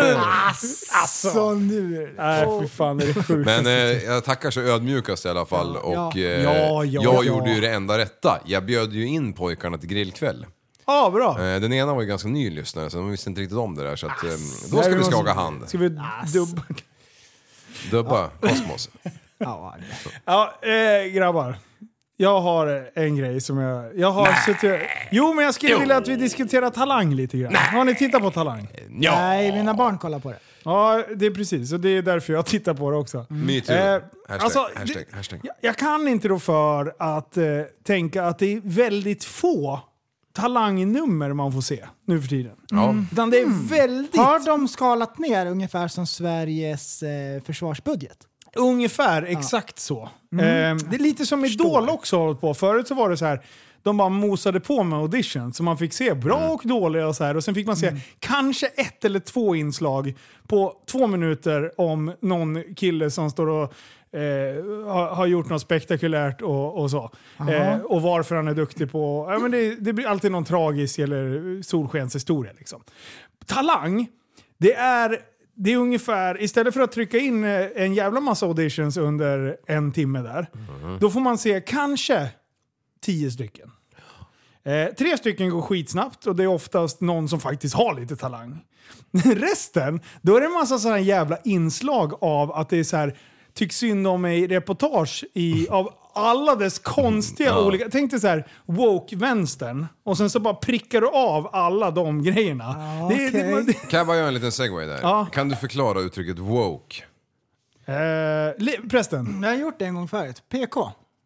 Alltså nu. Nej, fy fan, det är det sjukt. Men eh, jag tackar så ödmjukast i alla fall. Ja. Och eh, Ja, ja, jag ja. gjorde ju det enda rätta. Jag bjöd ju in pojkarna till grillkväll. Ja, bra. Eh, den ena var ju ganska ny lyssnare, så de visste inte riktigt om det där. Så att, eh, då ska vi skaka hand. Ska vi dubba? Dubba Cosmos. Ja, Ja, eh, grabbar. Jag har en grej som jag... Jag har suttit... Jo, men jag skulle vilja att vi diskuterar Talang lite grann. Har ni tittat på Talang? Ja. nej, mina barn kollar på det. Ja, det är precis. Och det är därför jag tittar på det också. Me too. Eh, hashtag, alltså, hashtag, det, hashtag. Jag, jag kan inte då för att eh, tänka att det är väldigt få talangnummer man får se nu för tiden. Ja. Utan det är väldigt... Har de skalat ner ungefär som Sveriges eh, försvarsbudget? Ungefär, exakt så. Mm. Eh, det är lite som Idol också hållit på. Förut så var det så här, de bara mosade på med audition. Så man fick se bra och dåliga och så här. Och sen fick man se mm. kanske ett eller två inslag på två minuter om någon kille som står och eh, har, har gjort något spektakulärt och, och så. Eh, och varför han är duktig på... Ja, men det, det blir alltid någon tragisk eller solskenshistoria liksom. Talang, det är... Det är ungefär, istället för att trycka in en jävla massa auditions under en timme där, mm. då får man se kanske tio stycken. Eh, tre stycken går skitsnabbt och det är oftast någon som faktiskt har lite talang. Resten, då är det en massa sådana jävla inslag av att det är så här, tycks synd om mig reportage i, av alla dess konstiga ja. olika... Tänk dig så här, woke-vänstern. Och sen så bara prickar du av alla de grejerna. Ah, det, okay. det, det, Kan jag bara göra en liten segway där? Ja. Kan du förklara uttrycket woke? Eh, li, prästen. Jag har gjort det en gång förut. P K.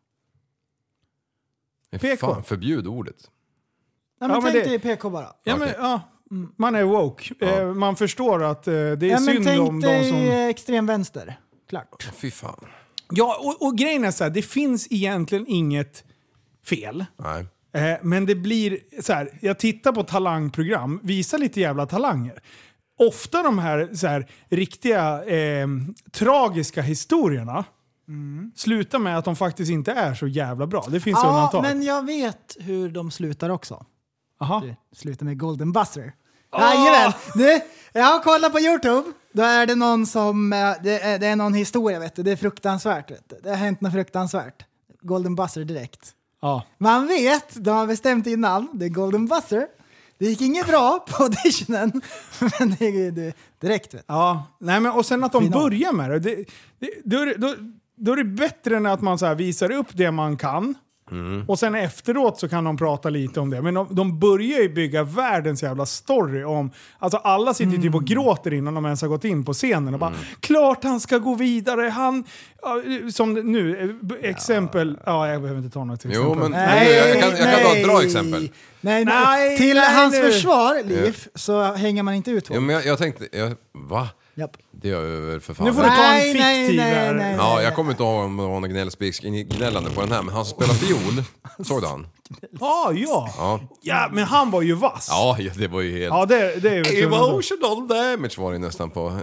P K. Fan, förbjud ordet. Ja, men Ja, men tänk det- dig P K bara. Ja, men, Okej. ja, man är woke. Ja. Eh, man förstår att eh, det är Ja, men synd tänk om de dig som... extrem vänster. Klart. Fy fan. Ja, och, och grejen är så här, det finns egentligen inget fel. Nej. Eh, men det blir så här, jag tittar på talangprogram, visar lite jävla talanger. Ofta de här, så här riktiga eh, tragiska historierna mm. slutar med att de faktiskt inte är så jävla bra. Det finns ja, undantag. Men jag vet hur de slutar också. Aha. Det slutar med Golden Buzzer. Oh! Jajamän! Du, jag har kollat på YouTube. Då är det någon som, det är, det är någon historia, vet du. Det är fruktansvärt, vet du. Det har hänt något fruktansvärt. Golden Buzzer direkt. Ja. Man vet, de har bestämt innan, det är Golden Buzzer. Det gick inget bra på auditionen, men det är direkt, vet du. Ja, nej men och sen att de Final. börjar med det, det, det då, är det då, då är det bättre än att man så här visar upp det man kan. Mm. Och sen efteråt så kan de prata lite om det. Men de, de börjar ju bygga världens jävla story om... Alltså alla sitter mm. typ och gråter innan de ens har gått in på scenen. Och bara, mm. klart han ska gå vidare. Han... Som nu, exempel... Ja, jag behöver inte ta något exempel. Jo, men nej, jag, jag kan, jag kan nej, ta ett bra exempel. Nej, nej. nej Till nej, hans nu. försvar, Liv, så hänger man inte ut Jo, men jag, jag tänkte... Jag, va? Japp. Det gör jag väl för fan. Nu får du ta en Nej, fiktiv nej, nej, här. nej. Ja, jag kommer inte ihåg om det var någon gnällspiks gnällande på den här, men han som spelar fiol, såg du han? Ah, ja, Ja. ja. Men han var ju vass. Ja, ja, det var ju helt... Ja, det, det är ju... Emotional damage var det nästan på.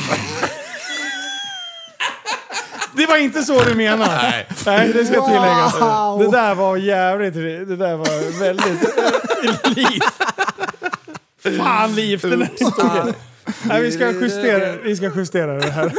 Det var inte så du menar. Nej. Nej, det ska Wow. tilläggas. Det där var jävligt... Det där var väldigt... liv. Fan, liv. Den är inte okej. Nej, vi ska justera, vi ska justera det här.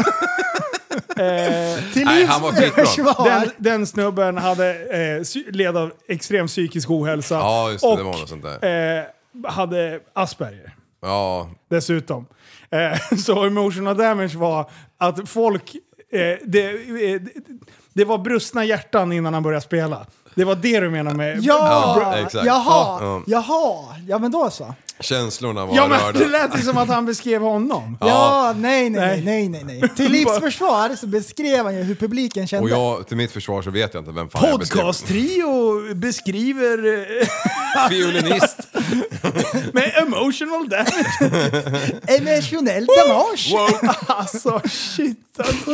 eh, Till Nej, Livs han var skitbra. försvar. den, den snubben hade eh, sy- led av extrem psykisk ohälsa. Ja, just det, och det var något sånt där. Eh, hade Asperger. Ja, Dessutom. Eh, så emotional damage var att folk... Eh, det, eh, det var brustna hjärtan innan han började spela. Det var det du menar med... Ja, Ja, exakt. jaha, Ja. jaha. Ja, men då så. känslorna var Ja, men rörda. det lät ju som att han beskrev honom. Ja, Ja. nej, nej, Nej. nej, nej, nej. Till Livs försvar så beskrev han ju hur publiken kände. Och jag, till mitt försvar så vet jag inte vem fan jag beskrev. Podcast-trio beskriver eh, Fiolinist. med emotional damage. Emotionell damage. Wow. Alltså, shit alltså.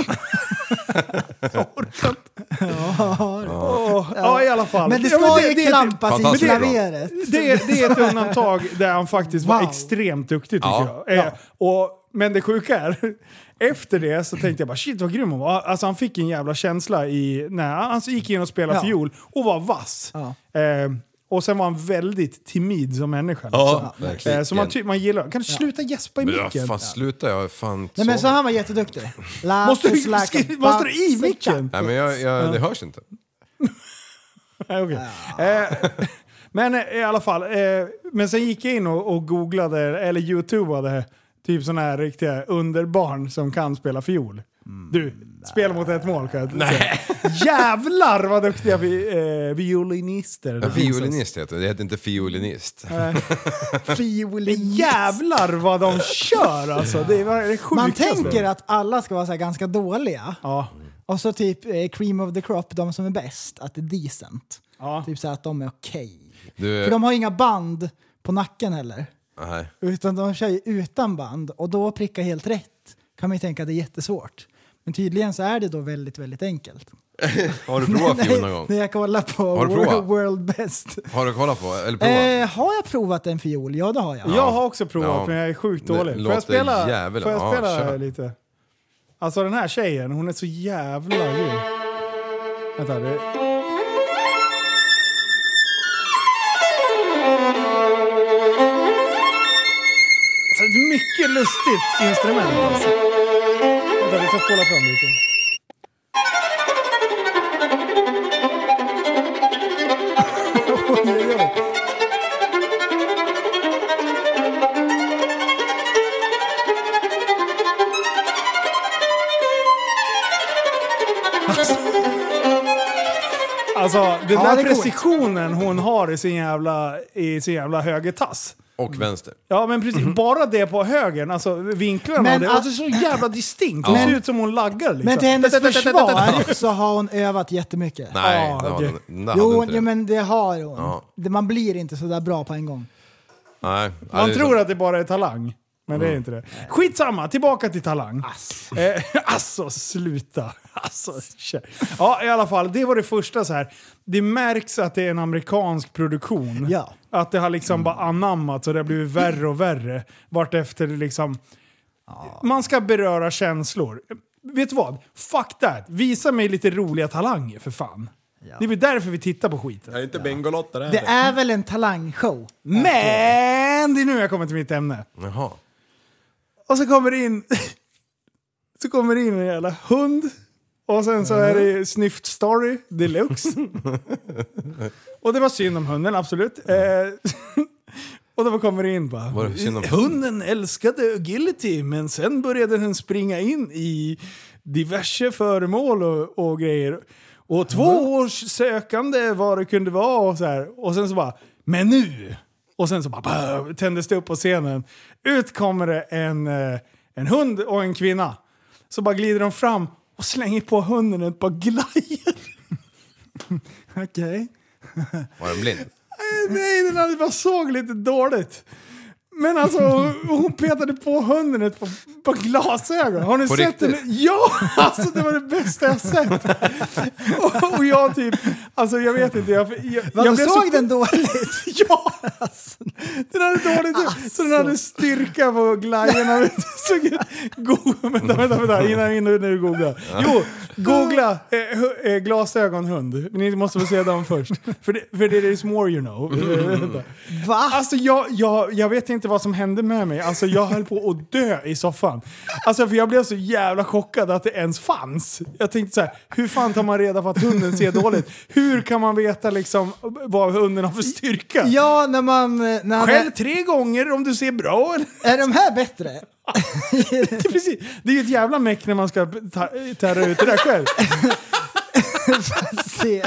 Jag orkar inte. Åh, ja, i alla fall. Men det Ja, ska det- ju det- klampas i Fantastiskt bra. klaveret. Det, det är ett undantag där han faktiskt var Wow. extremt duktig tycker Ja. jag. Eh, och, men det sjuka är, efter det så tänkte jag bara shit vad grym han var. Alltså han fick en jävla känsla i, när han gick in och spelade Ja. fiol och var vass. Ja. Eh, och sen var han väldigt timid som människa. Ja, liksom. verkligen. eh, så man, ty- man gillar. Kan du sluta gäspa i Men micken? ja, fan sluta, jag är fan Nej, men så så... han var jätteduktig. Life Måste du- is like a skri- måste du i box of micken? Nej, men jag, jag, det hörs inte. Nej, okej. Eh, men eh, i alla fall, eh, men sen gick jag in och, och googlade, eller youtubade, typ sådana här riktiga underbarn som kan spela fiol. Du, spela mot ett mål kan jag inte säga. Jävlar vad duktiga vi, eh, violinister det Ja, finns. violinist heter det, det heter inte fiolinist. Men Fiolin. jävlar vad de kör alltså. Det är det sjukaste. Man tänker att alla ska vara så här ganska dåliga. Ja, Och så typ eh, cream of the crop, de som är bäst, att det är decent. ja. Typ så här att de är okej. Du, För de har inga band på nacken heller. nej. Utan de kör ju utan band. Och då pricka helt rätt kan man ju tänka att det är jättesvårt. Men tydligen så är det då väldigt, väldigt enkelt. Har du provat fiol någon gång? När jag kollar på Har du World, provat? World Best. Har du kollat på, eller provat? Eh, har jag provat en fiol? Ja, det har jag. Jag har också provat Ja. men jag är sjukt Det dålig. Får låter jag spela, jävla- får jag ja, spela kör. lite? Alltså den här tjejen, hon är så jävla grym. Vänta, det... Alltså, ett mycket lustigt instrument alltså. Vänta, vi ska spola fram lite. Oj, oj, oj. Alltså den Ja, där det är coolt. precisionen hon har i sin jävla, i sin jävla högertass. Och vänster. Ja men precis, bara det på högern, alltså vinklarna Men och det, att- alltså så jävla distinkt. Ja. Det ser ut som hon laggar liksom. Men till hennes försvar så har hon övat jättemycket. Nej, Ja, det har okej. den- den där hade Jo, inte ja, det. men det har hon. Ja. Det, man blir inte så där bra på en gång. Nej. Man det är tror så- att det bara är talang. Men det är inte det. Skitsamma, tillbaka till Talang. Ass. Eh, alltså, sluta. Alltså, ja, i alla fall, det var det första så här. Det märks att det är en amerikansk produktion. Ja. Att det har liksom mm. bara anammat och det har blivit värre och värre. Vart efter det liksom... Ja. Man ska beröra känslor. Vet du vad? Fuck that. Visa mig lite roliga talanger, för fan. Ja. Det är väl därför vi tittar på skiten. Det är inte ja. Bingolotta det här. Det är väl en talangshow. Men det är nu jag kommer till mitt ämne. Jaha. Och så kommer det in så kommer det in en jävla hund. Och sen så är det Sniffed Story Deluxe. Och det var synd om hunden, absolut. Eh, och då kommer det in bara. Hunden älskade agility, men sen började den springa in i diverse föremål och, och grejer. Och två års sökande vad det kunde vara och så här. Och sen så bara, men nu! Och sen så bara tändes det upp på scenen. Ut kommer det en, en hund och en kvinna. Så bara glider de fram och slänger på hunden ett par glajer. Okej. Okay. Var den blind? Nej, den hade bara såg lite dåligt. Men alltså, hon, hon petade på hunden ett par, par glasögon. Har ni på sett den? Ja, alltså det var det bästa jag sett. Och, och jag typ, alltså jag vet inte. Jag, jag, Vad, jag du såg så, den dåligt? Ja, alltså, den hade dåligt. Alltså. Så den hade styrka på glajerna. Så, go, vänta, vänta, vänta, innan, innan du googlar. Jo, googla eh, glasögonhund. Ni måste få se dem först. För det, för det är more you know. Va? Alltså jag, jag, jag vet inte vad som hände med mig. Alltså jag höll på att dö i soffan. Alltså för jag blev så jävla chockad att det ens fanns. Jag tänkte så här, hur fan tar man reda på att hunden ser dåligt? Hur kan man veta liksom vad hunden har för styrka? Ja, när man... När Själv tre gånger om du ser bra. Eller? Är de här bättre? det, är precis. Det är ju ett jävla meck när man ska ta, ta ut det där själv. se.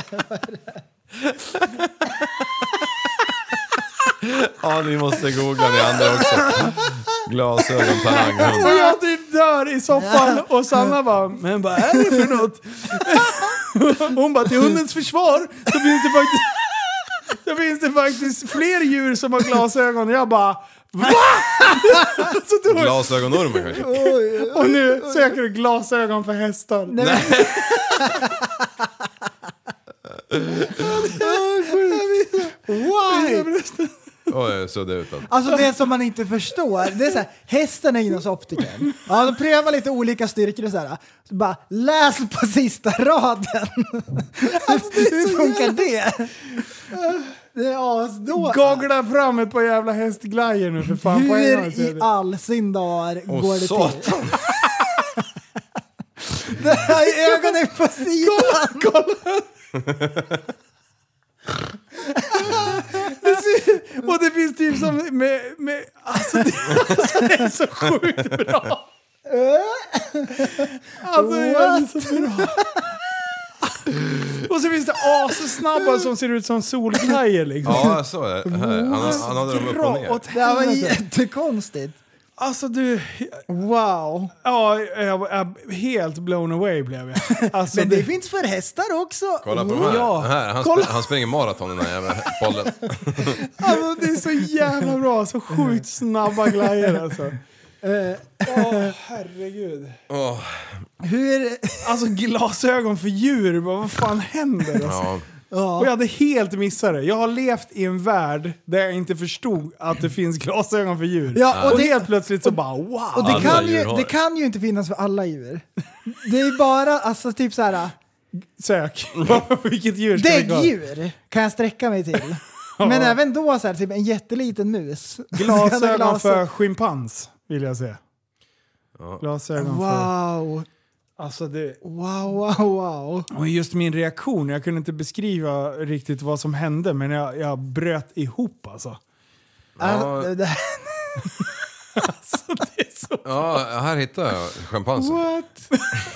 Ja, ni måste googla ni andra också. Glasögon, talanghund. Och jag typ dör i soffan och Sanna bara, men vad är det för något? Hon bara, till hundens försvar så finns det faktiskt, så finns det faktiskt fler djur som har glasögon. Jag bara, va? Så då, glasögonormen kanske. Och nu söker du glasögon för hästar. Nej. Why? Oj, så det utan. Alltså det som man inte förstår, det är så här, hästen är inne hos optiken. Ja, de prövar lite olika styrkor och så här. Så bara, läs på sista raden. Alltså, hur funkar det? Det är asdå. Googla fram ett par jävla hästglajer nu för fan. Hur på i all sin dagar oh, går det satan. till? Det här är ögonen på sidan. Kolla, kolla. det ser, och det finns typ som med, med alltså, det, alltså det är så sjukt bra. Alltså det är så bra. Och så finns det assnabba som ser ut som solglajer liksom. Ja, så är det. Han, han hade dem upp och ner. Det här var jättekonstigt. Alltså du... Wow. Ja, jag, jag, helt blown away blev jag. Alltså, men det, det finns för hästar också. Kolla på de här. Ja. här han, Kolla. Sp- han springer maraton den här jävla bollen. Alltså det är så jävla bra. Så sjukt snabba glajer alltså. Åh, oh, herregud. Oh. Hur... Alltså glasögon för djur. Vad fan händer alltså? Ja. Ja. Och jag hade helt missat det. Jag har levt i en värld där jag inte förstod att det finns glasögon för djur. Ja, och, och det, helt plötsligt så bara wow. Och det kan, ju, det kan ju inte finnas för alla djur. Det är bara, alltså typ så här. Sök. Vilket djur ska det vara? Däggdjur kan jag sträcka mig till. Men ja. Även då så här, typ en jätteliten mus. Glasögon för schimpans vill jag säga. Ja. Glasögon wow. för... Alltså det... Wow, wow, wow. Och just min reaktion, jag kunde inte beskriva riktigt vad som hände, men jag, jag bröt ihop alltså. Ja. Alltså det är så... Ja, här hittar jag schimpansen. What?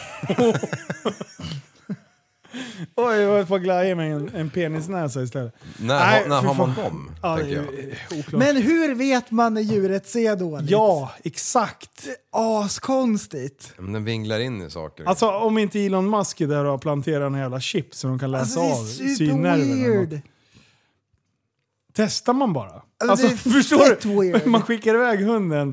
Oj, jag var på att glada med en, en penisnäsa istället. När, Nej, när har man fan. dem? Ja, tänker jag. Men hur vet man när djuret ser dåligt? Ja, exakt. Askonstigt. Men den vinglar in i saker. Alltså om inte Elon Musk är där och planterar en jävla chip så de kan läsa alltså, av det är synnerverna. Testar man bara. Alltså, alltså det är förstår du? weird. Man skickar iväg hunden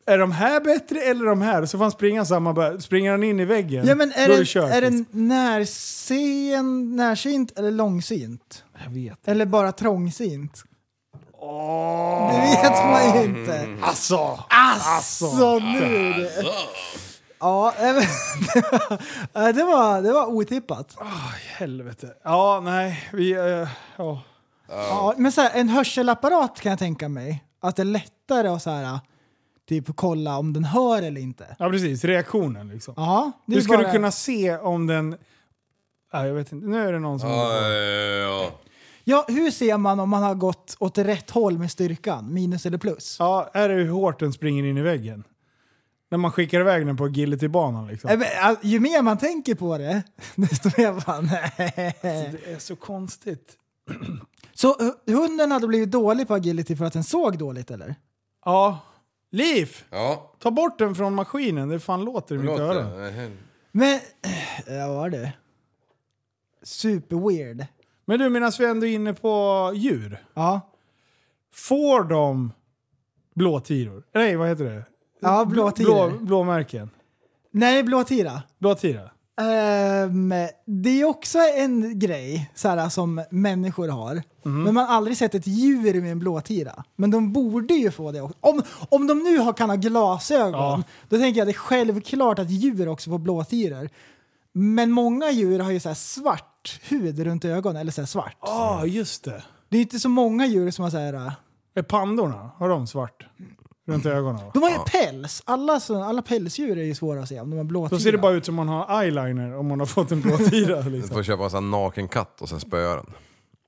är de här bättre eller de här? Så får han springa samma, springer han in i väggen. Ja, men är då det, det kört, är det liksom. närsen, närsynt eller långsynt? Jag vet. Eller bara trångsynt? Oh. Det vet man ju inte. Alltså. Alltså nu det. Ja, det var, det var otippat. Oh, helvete. Ja, nej. Vi, uh, oh. Ja, men så här, en hörselapparat kan jag tänka mig. Att det är lättare att så här, typ kolla om den hör eller inte. Ja, precis. Reaktionen liksom. Ja, det du är skulle bara... kunna se om den... Ja, jag vet inte. Nu är det någon som... Ja, ja. Ja, hur ser man om man har gått åt rätt håll med styrkan? Minus eller plus? Ja, är det hur hårt den springer in i väggen? När man skickar iväg den på agility-banan liksom. Äh, men, all, ju mer man tänker på det, desto mer man... Det är så konstigt. Så uh, hunden hade blivit dålig på agility för att den såg dåligt, eller? Ja. Liv! Ja. Ta bort den från maskinen. Det fan låter i mitt Låter. öra. Men... Ja, vad var det? Super weird. Men du, medan vi ändå är inne på djur. Ja. Får de blåtiror? Nej, vad heter det? Ja, blåtiror. Blå, blåmärken. Nej, blåtira. Blåtira. Um, det är också en grej såhär, som människor har. Mm. Men man har aldrig sett ett djur med en blåtira. Men de borde ju få det också. Om, om de nu har, kan ha glasögon, ja. Då tänker jag att det är självklart att djur också får blåtiror. Men många djur har ju så här svart hud runt ögonen, eller så här svart. Ja, ah, just det. Det är inte så många djur som har så här... Är pandorna? Har de svart runt ögonen? De har ju päls. Alla, alla pälsdjur är ju svåra att se om de har blåtira. Då ser det bara ut som man har eyeliner om man har fått en blåtira. Liksom. Du får köpa en sån naken katt och sen spöa den.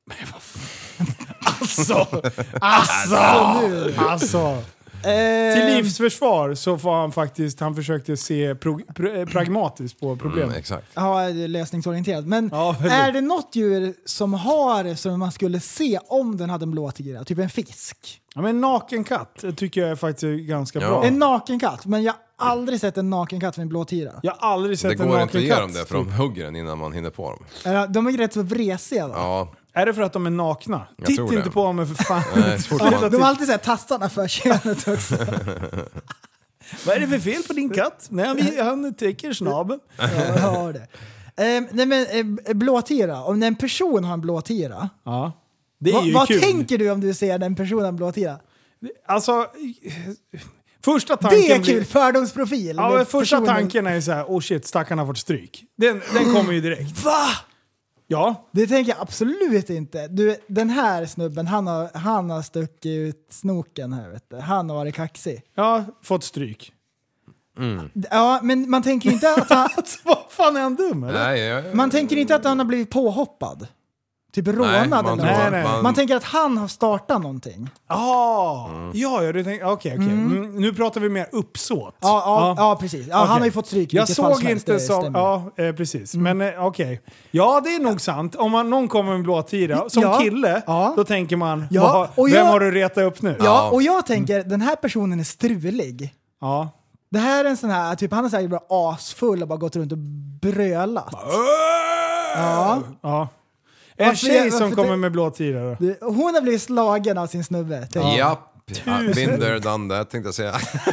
Alltså! Alltså! Nu. Alltså! Eh, till livsförsvar så får han faktiskt, han försökte se pro, pro, pragmatiskt på problemet. Mm, exakt. Ja, lösningsorienterad. Men ja, är det något djur som har som man skulle se om den hade en blåtira? Typ en fisk? Ja, men en naken katt tycker jag är faktiskt ganska ja. bra. En naken katt, men jag har aldrig sett en naken katt med en blåtira. Jag har aldrig sett det en går naken inte att katt. ge dem det för de hugger den innan man hinner på dem. De är rätt så vresiga, va? Ja. Är det för att de är nakna? Jag Titta tror inte det. på dem för fan. Nej, ja, de har alltid såhär tassarna för könet också. Vad är det för fel på din katt? Nej, han, han täcker snabeln. Ja, jag har det. Eh, nej, men eh, blåtira. Om en person har en blåtira. Ja. Det är va, ju vad kul. tänker du om du ser en person har en blåtira? Alltså... Första tanken det är kul, blir... fördomsprofil. Ja, men första personen... tanken är ju så här: oh shit, stackarna har fått stryk. Den, den kommer ju direkt. Va? Ja. Det tänker jag absolut inte. Du, den här snubben, han har, han har stuckit ut snoken här, vet du. Han har varit kaxig. Ja, fått stryk. Mm. Ja, men man tänker inte att han... Vad fan är han dum, eller? Nej, jag, jag... Man tänker inte att han har blivit påhoppad. Typ rånad nej, eller man, nej, nej. man... man tänker att han har startat någonting. Ah, mm. Ja, ja, du tänker, okej, okej. Mm. Mm, nu pratar vi mer uppsåt. Ja, ja, ja. ja precis. Ja, okay. Han har ju fått stryk. Jag såg som inte helst, som... Ja, eh, precis. Mm. Men eh, okej. Okay. Ja, det är nog sant. Om man, någon kommer med en blåtira, som ja. kille, ja. då tänker man, ja. vad, och vem jag, har du retat upp nu? Ja, och jag tänker, den här personen är strulig. Ja. Det här är en sån här, typ han är säkert bara asfull och bara gått runt och brölat. Ja. Ja. En Varför- tjej som varför kommer det- med blåtira då. Du, hon har blivit slagen av sin snubbe. tänker jag. Japp. Ja, been there, done that, tänkte jag säga.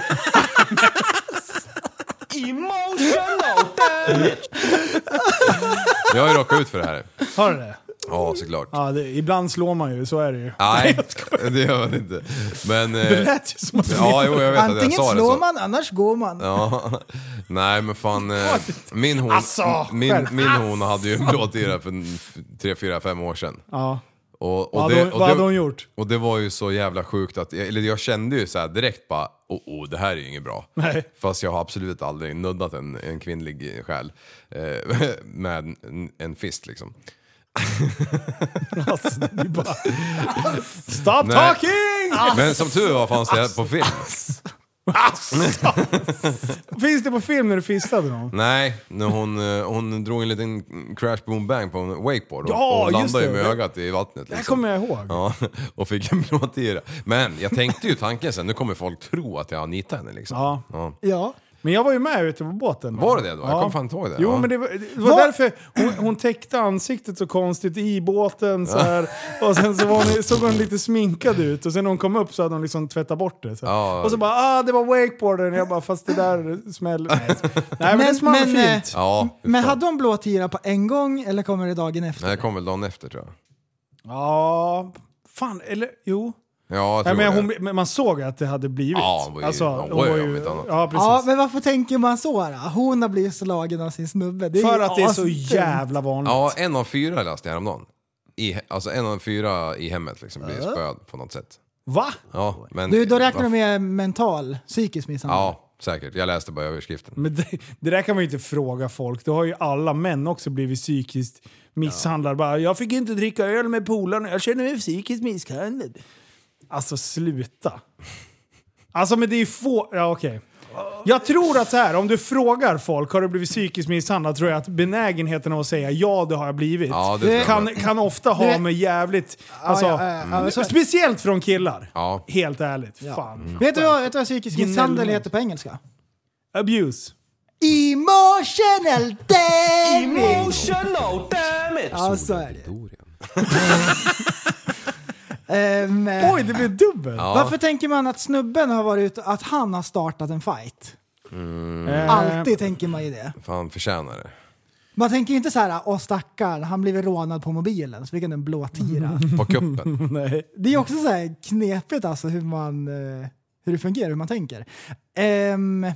Jag har ju råkat ut för det här. Har du det? Ja, såklart. Ja, det, ibland slår man ju, så är det ju. Nej, det gör man inte. Men... Det lät ju som att Ja, jo, jag vet att jag Antingen sa det slår så. man, annars går man. Ja, nej men fan, eh, min hon, Alltså, min, själv. min hon hade ju en blåtira för en f- tre, fyra, fem år sedan. Ja. Och, Vad och, hade det, hon- och, vad hade hon det, gjort? och det var ju så jävla sjukt att, eller jag kände ju så här direkt bara, oh, oh det här är ju inget bra. Nej. Fast jag har absolut aldrig nuddat en, en kvinnlig själ eh, med en, en fist liksom. Alltså, det är bara... Stop Nej. talking! Men som tur var fanns det på film. Alltså. Finns det på film när du fistade någon? Nej, när hon, eh, hon drog en liten crash boom bang på en wakeboard och, Ja, och just landade ju det. med ögat i vattnet. Det här Liksom. kommer jag ihåg. Ja, och fick en blåtira. Men jag tänkte ju tanken sen, nu kommer folk tro att jag har nitat henne liksom. Ja. Ja. Ja. Men jag var ju med ute på båten. Var det det då? Jag kom fan inte ihåg det. Jo, ja. men det var, det var därför hon, hon täckte ansiktet så konstigt i båten så här. Och sen så var hon, såg hon lite sminkad ut. Och sen när hon kom upp så hade hon liksom tvättat bort det. Så. Ja. Och så bara, ah det var wakeboarden. Jag bara, fast det där smäll. Nej, Nej men, men det small men, fint. Ja, Men hade hon blå tira på en gång eller kommer det dagen efter? Nej, det kom väl dagen efter tror jag. Ja, fan, eller jo. Ja, jag Nej, tror men, det. hon, men man såg att det hade blivit. Ja, hon var ju- alltså, hon hon var ju var om ju, ett annat. ja, precis. Ja, men varför tänker man så då? Hon har blivit slagen av sin snubbe. Det är För ju att det är så asdumt. jävla vanligt. Ja, en av fyra läste jag häromdagen. I, alltså en av fyra i hemmet liksom blir spöd på något sätt. Va? Ja, men... Du, då räknar du varför- med mental, psykisk misshandel. Ja, säkert. Jag läste bara överskriften. Men det, det där kan man ju inte fråga folk. Då har ju alla män också blivit psykiskt misshandlade. Bara, jag fick inte dricka öl med polarna. Jag känner mig psykiskt misshandlad. Alltså sluta. Alltså men det är få... Ja okej. Jag tror att så här, om du frågar folk, har du blivit psykiskt misshandlad, tror jag att benägenheten av att säga ja, det har jag blivit, Ja, det tror jag kan, med. kan ofta ha Det- med jävligt... Alltså, ja, ja, ja, så- speciellt från killar. Ja. Helt ärligt. Fan. Vet du vad, vet du vad psykisk Gnäll misshandel mot. heter på engelska? Abuse. Emotional damage! Emotional damage. Ja, så är det. Dorian. Ehm, Oj, det blev dubbelt. Ja. Varför tänker man att snubben har varit ute, att han har startat en fight? Eh, Alltid tänker man ju det. Fan förtjänar det. Man tänker ju inte så här, åh stackarn, han blev rånad på mobilen, så fick han en blå tira. På kuppen. Nej. Det är också så här knepigt alltså hur man, eh, hur det fungerar, hur man tänker. Ehm,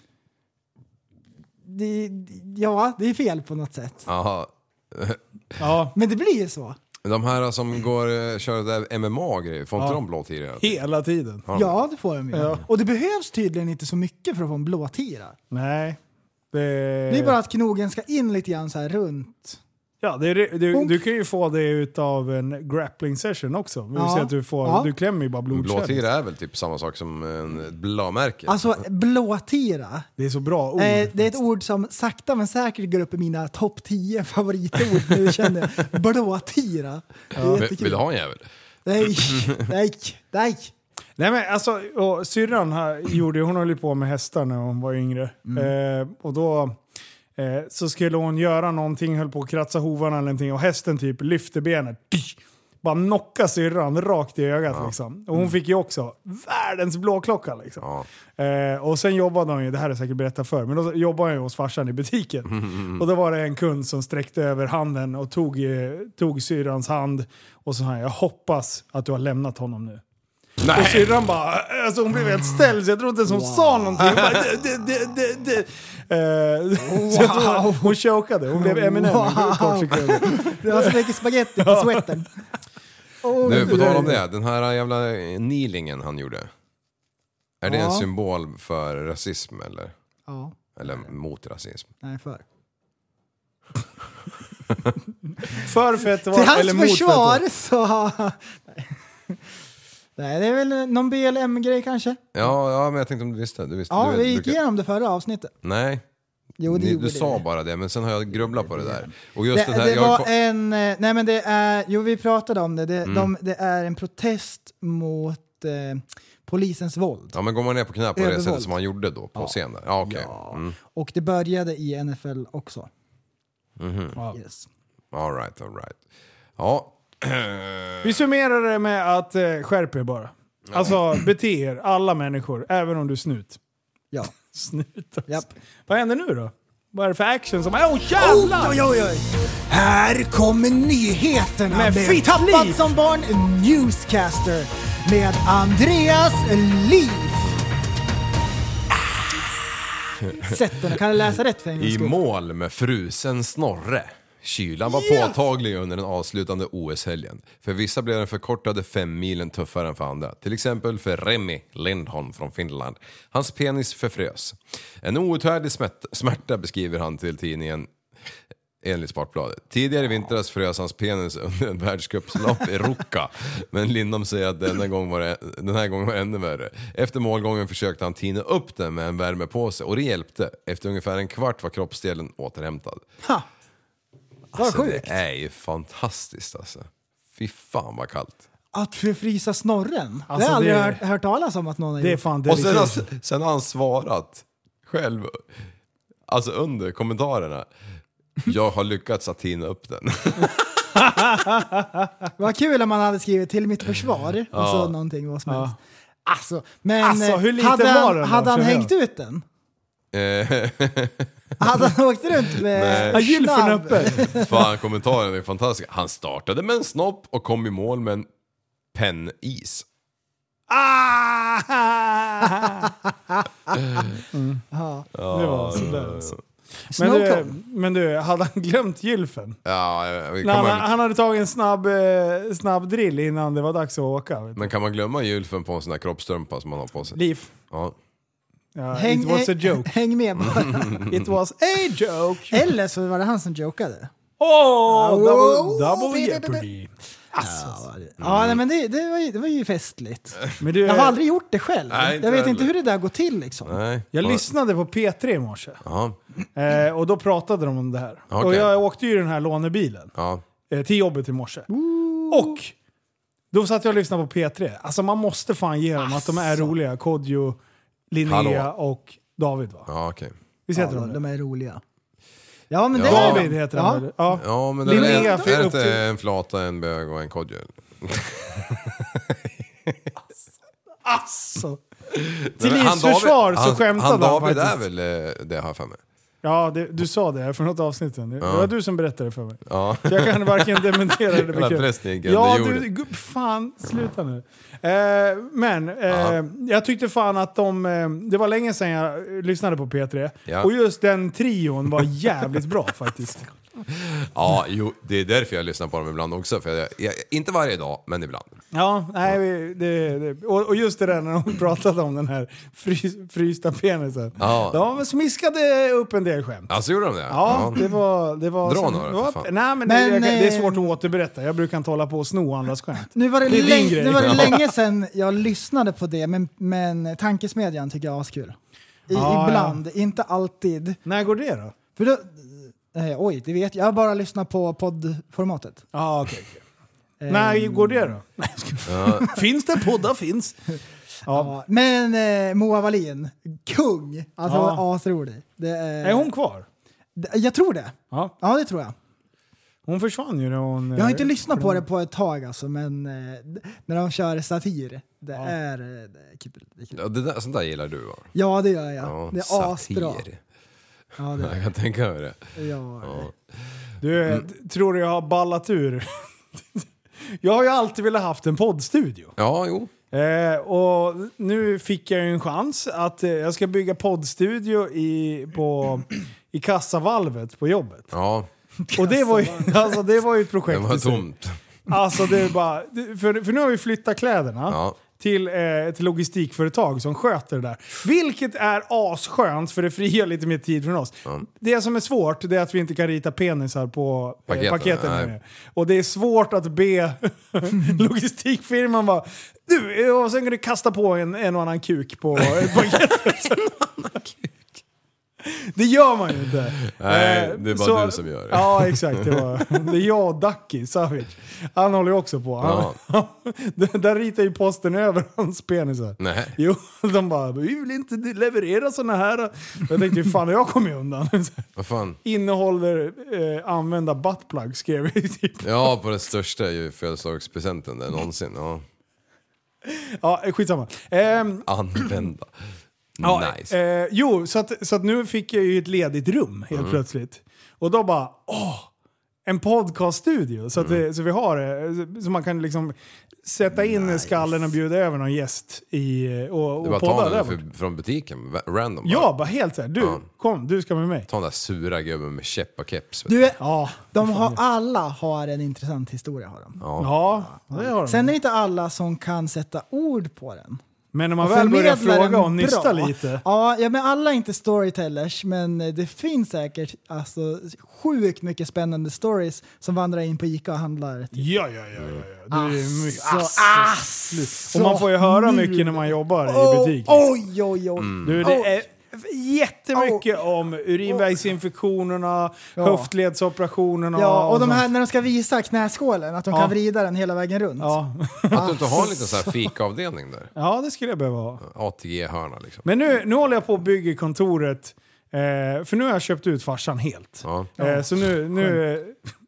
det, ja, det är fel på något sätt. Jaha. Ja, Men det blir ju så. De här som går, eh, kör där M M A-grejer, får inte de blå tidigare? hela tiden. Har de? Ja, det får de ju. Ja. Och det behövs tydligen inte så mycket för att få en blå tira. Nej. Det, Det är bara att knogen ska in lite grann så här runt. Ja, det är, du, du kan ju få det utav en grappling session också. Det vill Ja. säga att du, får, Ja. du klämmer ju bara En blodkärl. blå tira är väl typ samma sak som en blåmärke? Alltså blå tira. Det är så bra ord. Eh, det är ett ord som sakta men säkert går upp i mina topp tio favoritord nu känner jag. Blå tira. Det är vill, jättekul. vill du ha en jävel? Nej, nej, nej. Nej men alltså, och syrran här gjorde, hon höll ju på med hästar när hon var yngre. Eh, och då eh, så skulle hon göra någonting, höll på att kratsa hovarna eller någonting, och hästen typ lyfte benet. Bara knocka syrran rakt i ögat liksom. Och hon fick ju också världens blåklocka liksom. Ja. Eh, och sen jobbade hon ju, det här är säkert berättat för, men då jobbade jag ju hos farsan i butiken. Och då var det en kund som sträckte över handen och tog, eh, tog syrrans hand. Och så sa han, jag hoppas att du har lämnat honom nu. Och syrran bara, alltså hon blev helt ställd så jag tror inte ens hon sa någonting. Hon bara, det, det, det, det. Eh, så jag tror hon chokade, hon blev Eminem i en kort sekund. Det var så mycket spaghetti på sweatern. Oh, Nu, på tal om det, den här jävla kneelingen han gjorde. Är det Ja. en symbol för rasism eller? Ja, Eller mot rasism? nej för. För fett var, Till hans eller mot försvar fett så... Nej, det är väl någon B L M-grej kanske? Ja, ja, men jag tänkte om du visste. Du visste. Ja, du, vi gick brukar- igenom det förra avsnittet. Nej, Jo, det Ni, gjorde du sa det. bara det, men sen har jag grubblat på det där. Och just Det, det här, det jag har var ko- en... eh, Nej men det är... Jo, vi pratade om det. Det, Mm. de, det är en protest mot eh, polisens våld. Ja, men går man ner på knä på det Övervåld. sättet som han gjorde då på scenen? Ja, okej. Ja. Mm. Och det började i N F L också. Mhm. Yes. All right, all right. Ja. Vi summerar det med att eh, skärp er bara. Alltså bete er, alla människor, även om du är snut. Ja. Snut alltså. Japp. Vad händer nu då? Vad är det för action som... Åh oh, jävlar! Oj, oj, oj. Här kommer nyheterna Med med, Fritt Tappad Liv. som barn newscaster med Andreas Liv. Sätt den, kan du läsa rätt för en gångs I skull? mål med frusen Snorre. Kylan var påtaglig under den avslutande O S-helgen. För vissa blev den förkortade fem milen tuffare än för andra. Till exempel för Remi Lindholm från Finland. Hans penis förfrös. En outhärdlig smärt- smärta beskriver han till tidningen enligt Sportbladet. Tidigare i vintras frös hans penis under en världscupslopp i Ruka. Men Lindholm säger att denna gång var det, den här gången var ännu värre. Efter målgången försökte han tina upp den med en värmepåse och det hjälpte. Efter ungefär en kvart var kroppsdelen återhämtad. Ha. Alltså, sjukt. det är ju fantastiskt alltså. Fy fan vad kallt. Att förfrysa snorren? Alltså, det har jag aldrig det- hört, hört talas om att någon har Det är gjort. fan Och sen dedication. har, sen har han svarat själv. Alltså under kommentarerna. Jag har lyckats att tina upp den. Vad kul om man hade skrivit till mitt försvar och Ja. så någonting vad som Ja. helst. Alltså, men Alltså, hur liten hade var han, den då, hade han känner jag? hängt ut den? Eh, Hade han åkt runt med Ja, gylfen snabb? uppe. Fan, kommentaren är fantastisk. Han startade med en snopp och kom i mål med en pennis. Ah! Ja. Det var sådär. alltså. Men Snow du, cone. men du, hade han glömt gylfen? Ja, vi Nej, kan han, man, han hade tagit en snabb, eh, snabb drill innan det var dags att åka. Vet du. men kan man glömma gylfen på en sån där kroppstrumpa som man har på sig? Liv. Ja. Ja, Häng, it was a joke. häng med bara. It was a joke. Eller så var det han som jokade. Oh, double, Oh, double baby, jeopardy. Alltså. Ja, nej, men det, det, var ju, det var ju festligt. Men du, Jag har aldrig gjort det själv. Nej, inte jag vet heller. inte hur det där går till liksom. Nej. jag Ja. lyssnade på P tre i morse. Ja. Eh, och då pratade de om det här. Okej. Och jag åkte ju den här lånebilen Ja. eh, till jobbet i morse. Och då satt jag och lyssnade på P tre. Alltså man måste fan ge dem att de är roliga. Kodjo, Linnea Hallå. och David, va? Ja, okej. Visst Ja, heter de det? de är roliga. Ja, men Ja. det är David de. heter ja. han väl? Ja. Ja, men det är, väl Linnea en, fick är det upp till- inte en flata, en bög och en kodjo? Alltså. Nej, Till men han Livs försvar David- så han- skämtade han han David är faktiskt. väl eh, det, har jag för mig. Ja, det, du sa det här för något avsnitt sedan. Det Ja. var du som berättade för mig. Ja. Så jag kan varken dementera eller Jävla bekräfta. prästning, Ja, det du, gjorde. gu- fan, sluta nu. Eh, men eh, jag tyckte fan att de... Eh, det var länge sedan jag lyssnade på P tre. Ja. Och just den trion var jävligt bra faktiskt. Ja, jo, det är därför jag lyssnar på dem ibland också. För jag, jag, inte varje dag, men ibland. Ja, nej, vi- det, det, och, och just det där när de pratade om den här frys, frysta penisen. Ja. De smiskade upp en del skämt. Alltså gjorde de det? Ja, det var... Det var Dra som- några, det var, för fan. nej, men, Men, det, jag, det är eh, svårt att återberätta. Jag brukar inte hålla på och sno andras skämt. Nu var det, Det är din länge, grej. nu var det Ja. länge sedan jag lyssnade på det, men, men Tankesmedjan tycker jag är askul. I, Ja, ibland, inte alltid. När går det då? För då, eh, oj, det vet jag. Jag har bara lyssnat på poddformatet. Ja, okej. Okay, Eh, När går det då? Finns det poddar? Finns. Ja. Ja, men eh, Moa Wallin, kung. Alltså Ja. hon är asrolig. Det är, Är hon kvar? D- Jag tror det. Ja. Ja, det tror jag. Hon försvann ju när hon... Jag har inte eh, lyssnat på det på ett tag alltså, men eh, d- när de kör satir, det Ja. är, eh, det är kul. Det är kul. Ja, det där, sånt där gillar du, va? Ja, det gör jag. Ja, det är satir. asbra. Ja, det Jag är kan tänka mig det. det. Ja. Du, eh, tror du jag har ballat ur? Jag har ju alltid velat haft en poddstudio. Ja, jo. Eh, och nu fick jag ju en chans att eh, jag ska bygga poddstudio i, på, i kassavalvet på jobbet. Ja, Och det var ju, alltså, det var ju ett det projekt. var i sig. tomt. Alltså det är bara, det- för, för nu har vi flyttat kläderna Ja. till eh, ett logistikföretag som sköter det där. Vilket är asskönt för det frigör lite mer tid från oss. Det som är svårt det är att vi inte kan rita penisar på eh, Paketen, paketen. nej. längre. Och det är svårt att be logistikfirman bara du, och sen kan du kasta på en, en och annan kuk på ett paket. Det gör man ju inte. Nej, Eh, det är bara du som gör det. Ja, exakt. Det, var, det är jag och Ducky Savage. Han håller ju också på. Han, där, där ritar ju posten över hans penisar. Nej. Jo, de bara, vi vill inte leverera såna här. Jag tänkte, hur fan har jag kommit undan? Vad fan? Innehåller eh, använda buttplug, skrev vi typ. Ja, på den största är ju födelsedagspresenten där någonsin. Ja. Ja, skitsamma. Ehm, Använda. Ja, Nice. eh, jo, så att, så att nu fick jag ju ett ledigt rum helt Mm. plötsligt. Och då bara, åh! En podcaststudio. Så, att Mm. det, så vi har det. Så man kan liksom sätta in nice. skallen och bjuda över någon gäst i, och, Du bara och podda tar där den bort. för, från butiken, random. Bara. Ja, bara helt såhär. Du, Ja. kom, du ska med mig. Ta den där sura gubben med käpp och keps. vet Du, Ja, de har, alla har en intressant historia. Har de. ja det har de. Sen är det inte alla som kan sätta ord på den. Men när man Och väl börjar förmedlar fråga den och nysta bra. lite. Ja, ja, men alla är inte storytellers, men det finns säkert alltså, sjukt mycket spännande stories som vandrar in på Ica och handlar. Ja, ja, ja. ja, ja. Det är mycket. Alltså, Och man får ju höra mycket när man jobbar i butik. Oj, oj, oj. Du, det är, jättemycket oh. om urinvägsinfektionerna, ja. höftledsoperationerna. Ja, och, och de här när de ska visa knäskålen, att de ja. kan vrida den hela vägen runt. Ja. Att du inte har en liten så här fikaavdelning där. Ja, det skulle jag behöva ha. A T G-hörna liksom. Men nu, nu håller jag på att bygga kontoret. Eh, för nu har jag köpt ut farsan helt. Ja. Eh, så nu... nu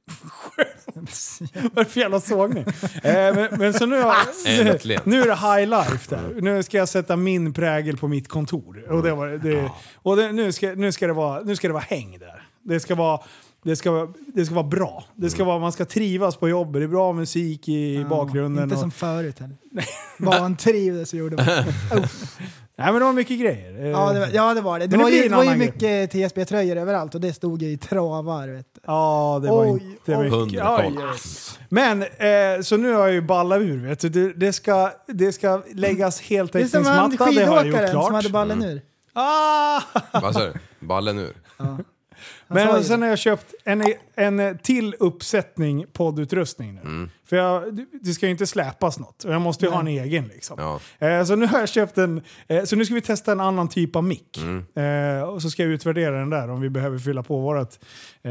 vad är det för jävla sågning? Eh, men, men så nu, har, nu, nu är det high life där. Nu ska jag sätta min prägel på mitt kontor. Och, det var, det, och det, nu, ska, nu, ska det vara, nu ska det vara häng där. Det ska vara... Det ska, det ska vara bra. Det ska vara, man ska trivas på jobbet. Det är bra musik i ja, bakgrunden. Inte och... som förut heller. Bara man trivdes så gjorde man. Oh. Nej, men det var mycket grejer. Ja, det var, ja, det var det. Det, det var, ju, det var ju mycket T S B-tröjor överallt och det stod ju i travar. Vet du. Ja, det var oj, inte oj. mycket. Oj, oj. Men, eh, så nu har jag ju ballat ur. Vet du. Det, det, ska, det ska läggas heltäckningsmatta. Det, det har jag gjort klart. Som hade ballen ur. Mm. Ah! Vad sa du? Ballen ur? Ja. Men sen har jag köpt en, en till uppsättning poddutrustning nu. Mm. För jag, det ska ju inte släpas något. Jag måste ju Nej. ha en egen liksom. Ja. Eh, så nu har jag köpt en... Eh, så nu ska vi testa en annan typ av mick. Mm. Eh, och så ska jag utvärdera den där om vi behöver fylla på vårat... Eh,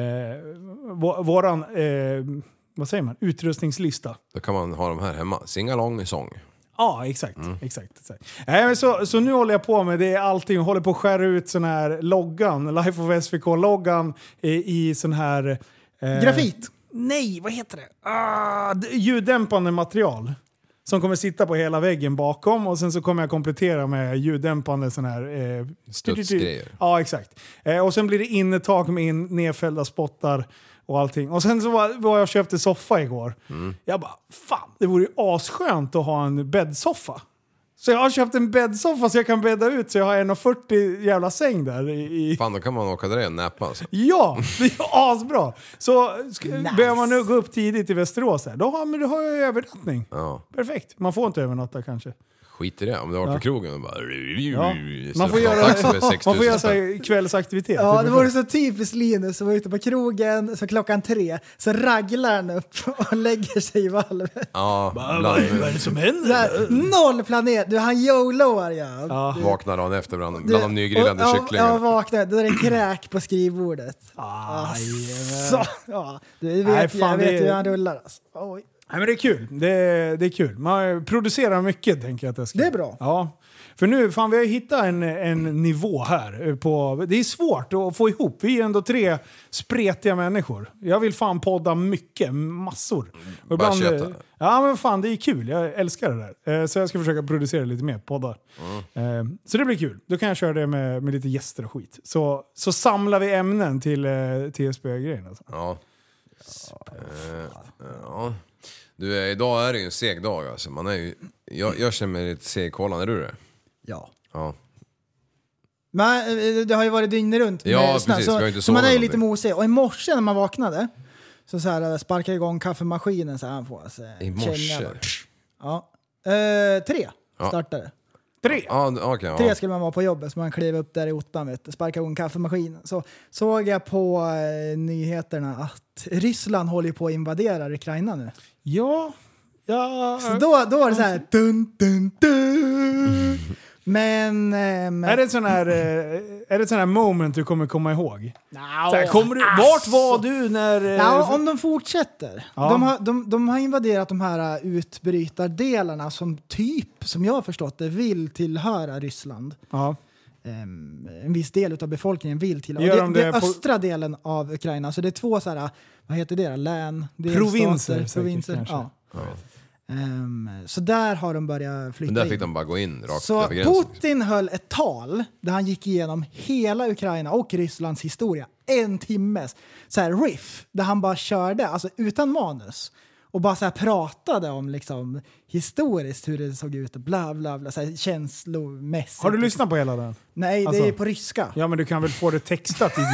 våran... Eh, vad säger man? Utrustningslista. Då kan man ha dem här hemma. Singalong i sång. Ja, exakt. Mm. exakt, exakt. Äh, så, så nu håller jag på med det. Allting. Jag håller på att skära ut sån här loggan. Life of S V K-loggan i, i sån här... Eh, Grafit? Nej, vad heter det? Ah, ljuddämpande material. Som kommer sitta på hela väggen bakom. Och sen så kommer jag komplettera med ljuddämpande sån här... Eh, Studsgrejer. Ja, exakt. Eh, och sen blir det innertak med in, nedfällda spottar. Och allting. Och sen så var, var jag och köpte soffa igår. Mm. Jag bara, fan, det vore ju asskönt att ha en bäddsoffa. Så jag har köpt en bäddsoffa så jag kan bädda ut så jag har en komma fyrtio jävla säng där. I... Fan, då kan man åka där och näpa alltså. Ja, det är asbra. Så sk- nice. Behöver man nu gå upp tidigt i Västerås här, då har, men då har jag övernattning. Ja. Perfekt. Man får inte övernatta kanske. Skit i det, om du har varit ja. på krogen och bara... Ja. Man får göra, man får göra så här kvällsaktivitet. Ja, det var så typiskt Linus som var ute på krogen så klockan tre så raglar han upp och lägger sig i valvet. Ja, vad, vad är det som händer? Här, noll planet, du han YOLOar ja. ja. Vaknar dagen efter bland, bland de nygrillade och, kycklingarna. Ja, vaknar, då är det kräk på skrivbordet. Aj, så, ja, du vet, Nej, fan, jag vet det... hur han rullar alltså. Oj. Nej, men det är kul. Det är, det är kul. Man producerar mycket, tänker jag att jag ska. Det är bra. Ja. För nu, fan, vi har hittat en, en nivå här. På, det är svårt att få ihop. Vi är ändå tre spretiga människor. Jag vill fan podda mycket, massor. Och bara ibland, köta. Ja, men fan, det är kul. Jag älskar det där. Så jag ska försöka producera lite mer poddar. Mm. Så det blir kul. Då kan jag köra det med, med lite gäster och skit. Så, så samlar vi ämnen till T S B-grejen. Alltså. Ja. Ja. ja. Du, idag är det ju en seg dag alltså. Man är ju, jag, jag känner mig lite seg. Kolan, är du det? Ja. Ja. Men det har ju varit dygnet runt. Ja, precis. Så, vi har inte så man är ju lite någonting. mosig. Och i morse när man vaknade så, så här, sparkade igång kaffemaskinen så här på oss. I morse? Ja. Eh, tre ja. startade. Tre? Ja, okay, ja. Tre skulle man vara på jobbet så man klev upp där i ottan, vet du, sparkade igång kaffemaskinen. Så såg jag på eh, nyheterna att Ryssland håller på att invadera Ukraina nu. Ja. ja. Så då, då var det så här dun, dun, dun. Men... Ähm, är det ett sån här, är det ett sån här moment du kommer komma ihåg? No, så här, kommer du, vart var du när... No, om de fortsätter. Ja. De, har, de, de har invaderat de här utbrytardelarna som typ, som jag har förstått det, vill tillhöra Ryssland. Ja. Um, en viss del av befolkningen vill tillhöra. Gör det, de det det är på... östra delen av Ukraina. Så det är två så här, vad heter det? Län, provinser. Delstater, provinser. Ja. Ja. Um, så där har de börjat flytta in. Men där fick de bara gå in rakt så över gränsen. Putin höll ett tal där han gick igenom hela Ukraina och Rysslands historia. En timmes så här riff där han bara körde, alltså utan manus. Och bara så här pratade om liksom historiskt hur det såg ut och bla bla bla, så här känslomässigt. Har du lyssnat på hela den? Nej, alltså, det är på ryska. Ja, men du kan väl få det textat, idiot.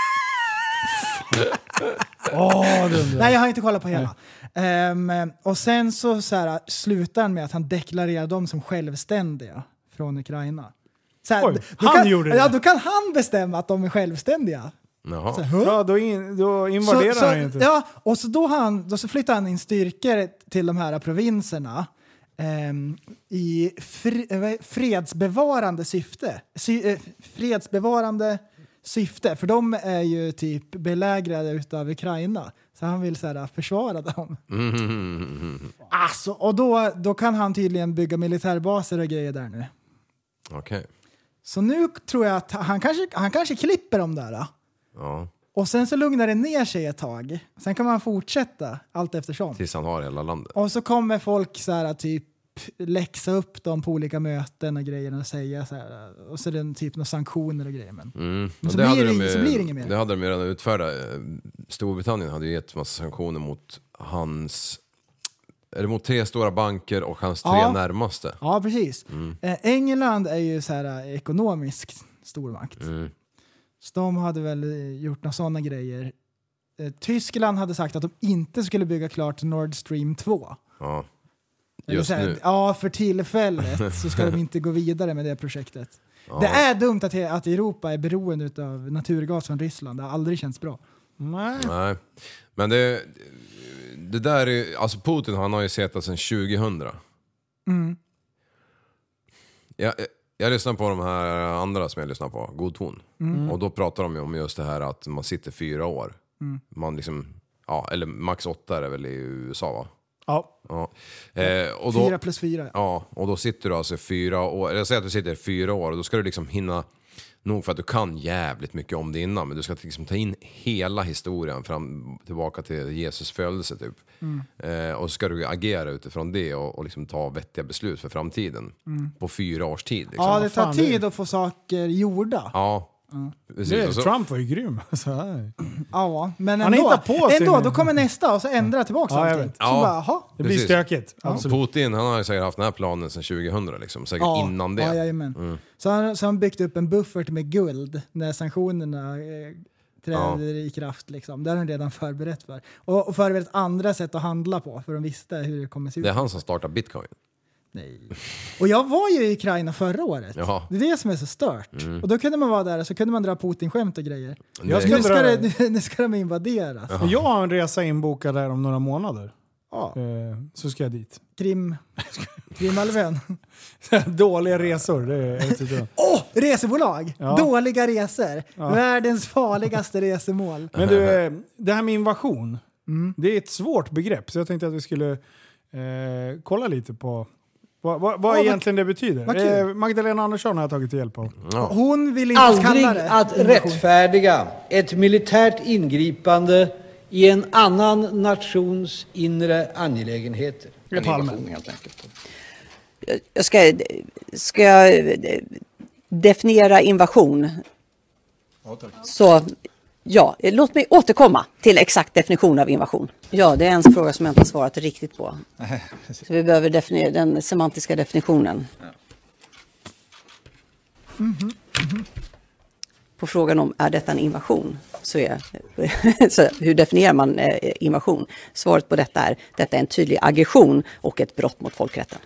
oh, Nej, jag har inte kollat på hela. Um, och sen så, så här, slutar han med att han deklarerar dem som självständiga från Ukraina. Så här, Oj, då han kan, gjorde det. Ja, då kan han bestämma att de är självständiga. Jaha. Så, huh? Ja, då, in, då invaderar så, så, han ju inte. Ja, och så då, han, då så flyttar han in styrkor till de här provinserna. ehm, i fri, fredsbevarande syfte. Sy, eh, fredsbevarande syfte. För de är ju typ belägrade utav Ukraina. Så han vill så här, försvara dem. Mm. Alltså, och då, då kan han tydligen bygga militärbaser och grejer där nu. Okej. Okay. Så nu tror jag att han kanske, han kanske klipper dem där. Då. Ja. Och sen så lugnar det ner sig ett tag. Sen kan man fortsätta allt eftersom. Tills han har hela landet. Och så kommer folk så här typ läxa upp dem på olika möten och grejer och säga så här. Och så är det typ några sanktioner och grejer. Men, mm. men så, det blir det, de, så blir det inget mer. Det hade de ju redan utfärdat. Storbritannien hade ju gett massa sanktioner mot hans... Är det mot tre stora banker och hans tre ja. närmaste? Ja, precis. Mm. Eh, England är ju så här ekonomisk stormakt. Mm. Så de hade väl gjort några sådana grejer. Eh, Tyskland hade sagt att de inte skulle bygga klart Nord Stream två. Ja. Just här, nu. Ja, för tillfället så ska de inte gå vidare med det projektet. Ja. Det är dumt att, att Europa är beroende av naturgas från Ryssland. Det har aldrig känts bra. Nej. Nej. Men det, det där är... Alltså Putin, han har ju sett sedan tjugohundra. Mm. Jag, jag, jag lyssnar på de här andra som jag lyssnar på, God ton. Mm. Och då pratar de ju om just det här att man sitter fyra år. Mm. Man liksom... Ja, eller max åtta är det väl i U S A, va? Ja. Ja. Eh, och då, fyra plus fyra. Ja, och då sitter du alltså fyra år. Jag säger att du sitter fyra år och då ska du liksom hinna, nog för att du kan jävligt mycket om det innan, men du ska liksom ta in hela historien fram tillbaka till Jesus födelse typ. Mm. Eh, och så ska du agera utifrån det och, och liksom ta vettiga beslut för framtiden. Mm. På fyra års tid. Liksom. Ja, det tar tid att få saker gjorda. Ja. Mm. Det, så, Trump var ju grym. Så här. Ja, men han ändå, på ändå då kommer nästa och så ändrar tillbaka ja, allting. Så ja, bara, aha. Det blir stökigt. Ja. Putin, han har ju säkert haft den här planen sedan tjugohundra liksom, säkert ja, innan det. Ja, jajamän. Mm. Så han så han byggt upp en buffert med guld när sanktionerna eh, träder ja. i kraft liksom. Det har han redan förberett för. Och, och förberett andra sätt att handla på, för de visste hur det kommer se ut. Det är han som startar Bitcoin. Nej. Och jag var ju i Ukraina förra året. Jaha. Det är det som är så stört. Mm. Och då kunde man vara där och så kunde man dra Putin-skämt och grejer. Jag ska nu, dra... ska det, nu ska de invaderas. Jaha. Jag har en resa inbokad där om några månader. Ja. Eh, så ska jag dit. Krim. Krimhalvön. Dåliga resor. Det är Åh! Oh, resebolag! Ja. Dåliga resor. Ja. Världens farligaste resemål. Men du, det här med invasion. Mm. Det är ett svårt begrepp. Så jag tänkte att vi skulle eh, kolla lite på vad, vad, vad oh, egentligen vad, det betyder. Eh, Magdalena Andersson har jag tagit hjälp av. Ja. Hon vill inte Aldrig kalla det att rättfärdiga ett militärt ingripande i en annan nations inre angelägenheter. En invasion helt enkelt. Jag ska, ska jag definiera invasion. Ja, tack. Så ja, låt mig återkomma till exakt definition av invasion. Ja, det är en fråga som jag inte har svarat riktigt på. Så vi behöver definiera den semantiska definitionen. Ja. Mm-hmm. Mm-hmm. På frågan om är detta en invasion, så är så hur definierar man eh, invasion? Svaret på detta är detta är en tydlig aggression och ett brott mot folkrätten.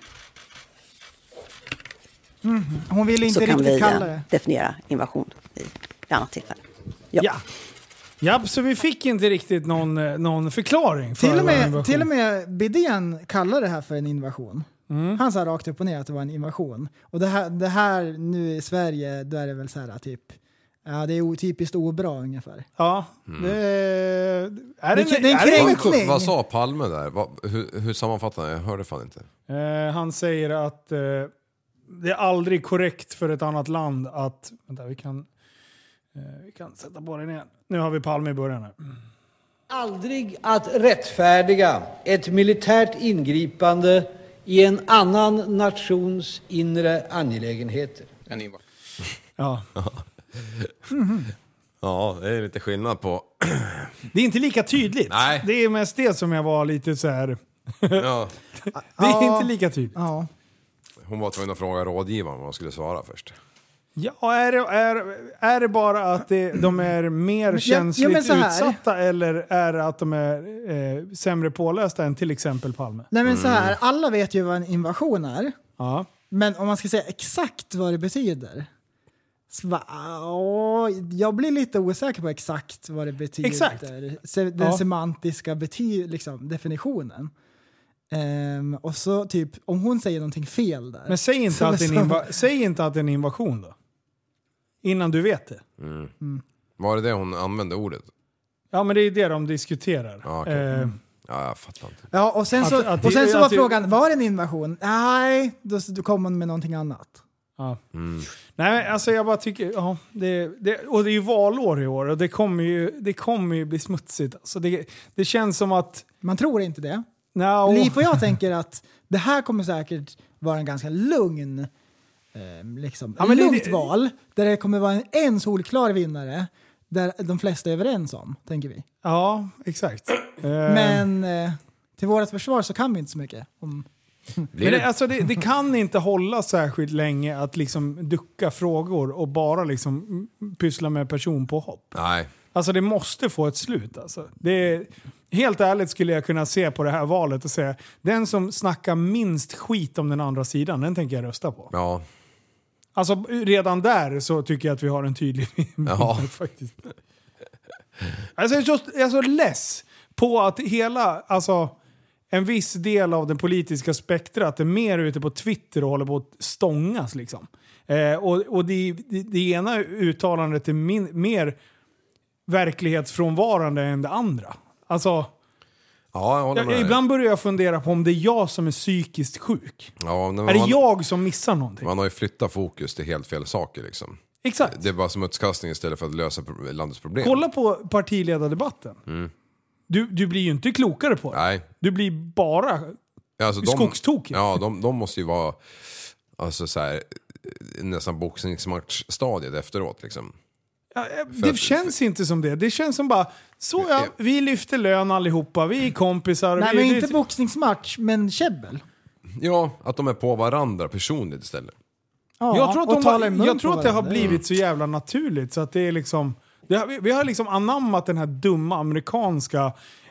Mm. Hon vill inte så riktigt kan vi kalla det. definiera invasion i ett annat tillfälle. Ja. Ja. Ja, så vi fick inte riktigt någon, någon förklaring för till och med, till och med Bidén kallar det här för en invasion. Mm. Han sa rakt upp och ner att det var en invasion. Och det här, det här nu i Sverige, då är det väl så här typ, ja, det är otypiskt obra ungefär. Ja. Mm. Det, är det, det, det är en kränkning. Vad sa Palme där? Vad, hur, hur sammanfattar jag? Jag hörde fan inte. Eh, han säger att eh, det är aldrig korrekt för ett annat land att... Vänta, vi kan, eh, vi kan sätta på den igen. Nu har vi Palme i början här. Mm. Aldrig att rättfärdiga ett militärt ingripande i en annan nations inre angelägenheter. En invasion. Ja. Mm-hmm. Ja, det är lite skillnad på... Det är inte lika tydligt. Nej. Det är mest det som jag var lite så här... Ja. Det är inte lika tydligt. Ja. Hon var tvungen att fråga rådgivaren vad hon skulle svara först. Ja, är det, är, är det bara att det, de är mer känsligt ja, utsatta eller är det att de är eh, sämre pålästa än till exempel Palme? Nej men så här, alla vet ju vad en invasion är. Ja. Men om man ska säga exakt vad det betyder. Så va, åh, jag blir lite osäker på exakt vad det betyder. Exakt. Den ja. semantiska bety- liksom, definitionen. Um, och så typ, om hon säger någonting fel där. Men säg inte, att det, är en inva- säg inte att det är en invasion då. Innan du vet det. Mm. Mm. Var det det hon använde ordet? Ja, men det är det de diskuterar. Ja, okay. eh, ja jag fattar inte. Ja, och sen så, att, att, och sen så var att, frågan, var det en invasion? Nej, då, då kom hon med någonting annat. Ja. Mm. Nej, alltså jag bara tycker, ja, det, det, och det är ju valår i år och det kommer ju, det kommer ju bli smutsigt. Alltså det, det känns som att... Man tror inte det. No. Liv och jag tänker att det här kommer säkert vara en ganska lugn, eh, liksom, ja, men lugnt det, val. Där det kommer vara en, en solklar vinnare. Där de flesta är överens om, tänker vi. Ja, exakt. Men eh, till vårt försvar så kan vi inte så mycket om... Men det, alltså det, det kan inte hålla särskilt länge att liksom ducka frågor och bara liksom pyssla med personpåhopp. Nej. Alltså det måste få ett slut. Alltså. Det är, helt ärligt skulle jag kunna se på det här valet och säga den som snackar minst skit om den andra sidan, den tänker jag rösta på. Ja. Alltså redan där så tycker jag att vi har en tydlig ja. faktiskt. Alltså jag är, så, jag är så less på att hela, alltså en viss del av den politiska spektrat är mer ute på Twitter och håller på att stångas liksom. Eh, och och det, det, det ena uttalandet är min, mer verklighetsfrånvarande än det andra. Alltså, ja, jag håller med jag, ibland börjar jag fundera på om det är jag som är psykiskt sjuk. Ja, men är det man, jag som missar någonting? Man har ju flyttat fokus till helt fel saker liksom. Exakt. Det är bara smutskastning istället för att lösa landets problem. Kolla på partiledardebatten. Mm. Du, du blir ju inte klokare på det. Nej. Du blir bara alltså, de, skogstokig. Ja, de, de måste ju vara alltså, så här, nästan boxningsmatchstadiet efteråt liksom. Ja, det att, känns för... inte som det. Det känns som bara, så ja, vi lyfter lön allihopa, vi är kompisar. Nej, vi, men det... inte boxningsmatch, men käbbel. Ja, att de är på varandra personligt istället. Ja, jag tror att, de har, jag tror att det har varandra. blivit så jävla naturligt så att det är liksom, det har, vi har liksom anammat den här dumma amerikanska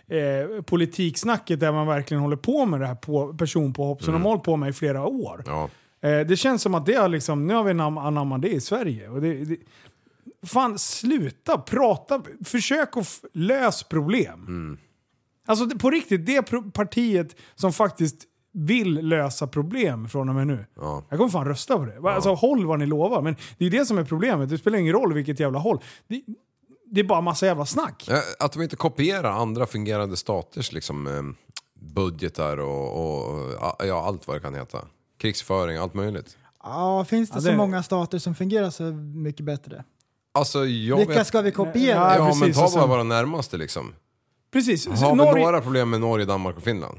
eh, politiksnacket där man verkligen håller på med det här på, personpåhopp som Mm. de har hållit på med i flera år. Ja. Eh, det känns som att det har liksom, nu har vi anammat det i Sverige. Och det, det, fan, sluta prata, försök att f- lösa problem. Mm. Alltså det, på riktigt, det pro- partiet som faktiskt vill lösa problem från och med nu. Ja. Jag kommer fan rösta på det. Ja. Alltså håll vad ni lovar. Men det är det som är problemet. Det spelar ingen roll vilket jävla håll. Det, det är bara massa jävla snack. Att de inte kopierar andra fungerande staters liksom, eh, budgetar och, och ja, allt vad det kan heta. Krigsföring, allt möjligt. Ja, finns det, Ja, så det- många stater som fungerar så mycket bättre? Alltså, jag Vilka vet... ska vi kopiera? Ja, Ja, precis, men och ta sen- bara våra närmaste liksom. Precis. Har vi Norge- några problem med Norge, Danmark och Finland?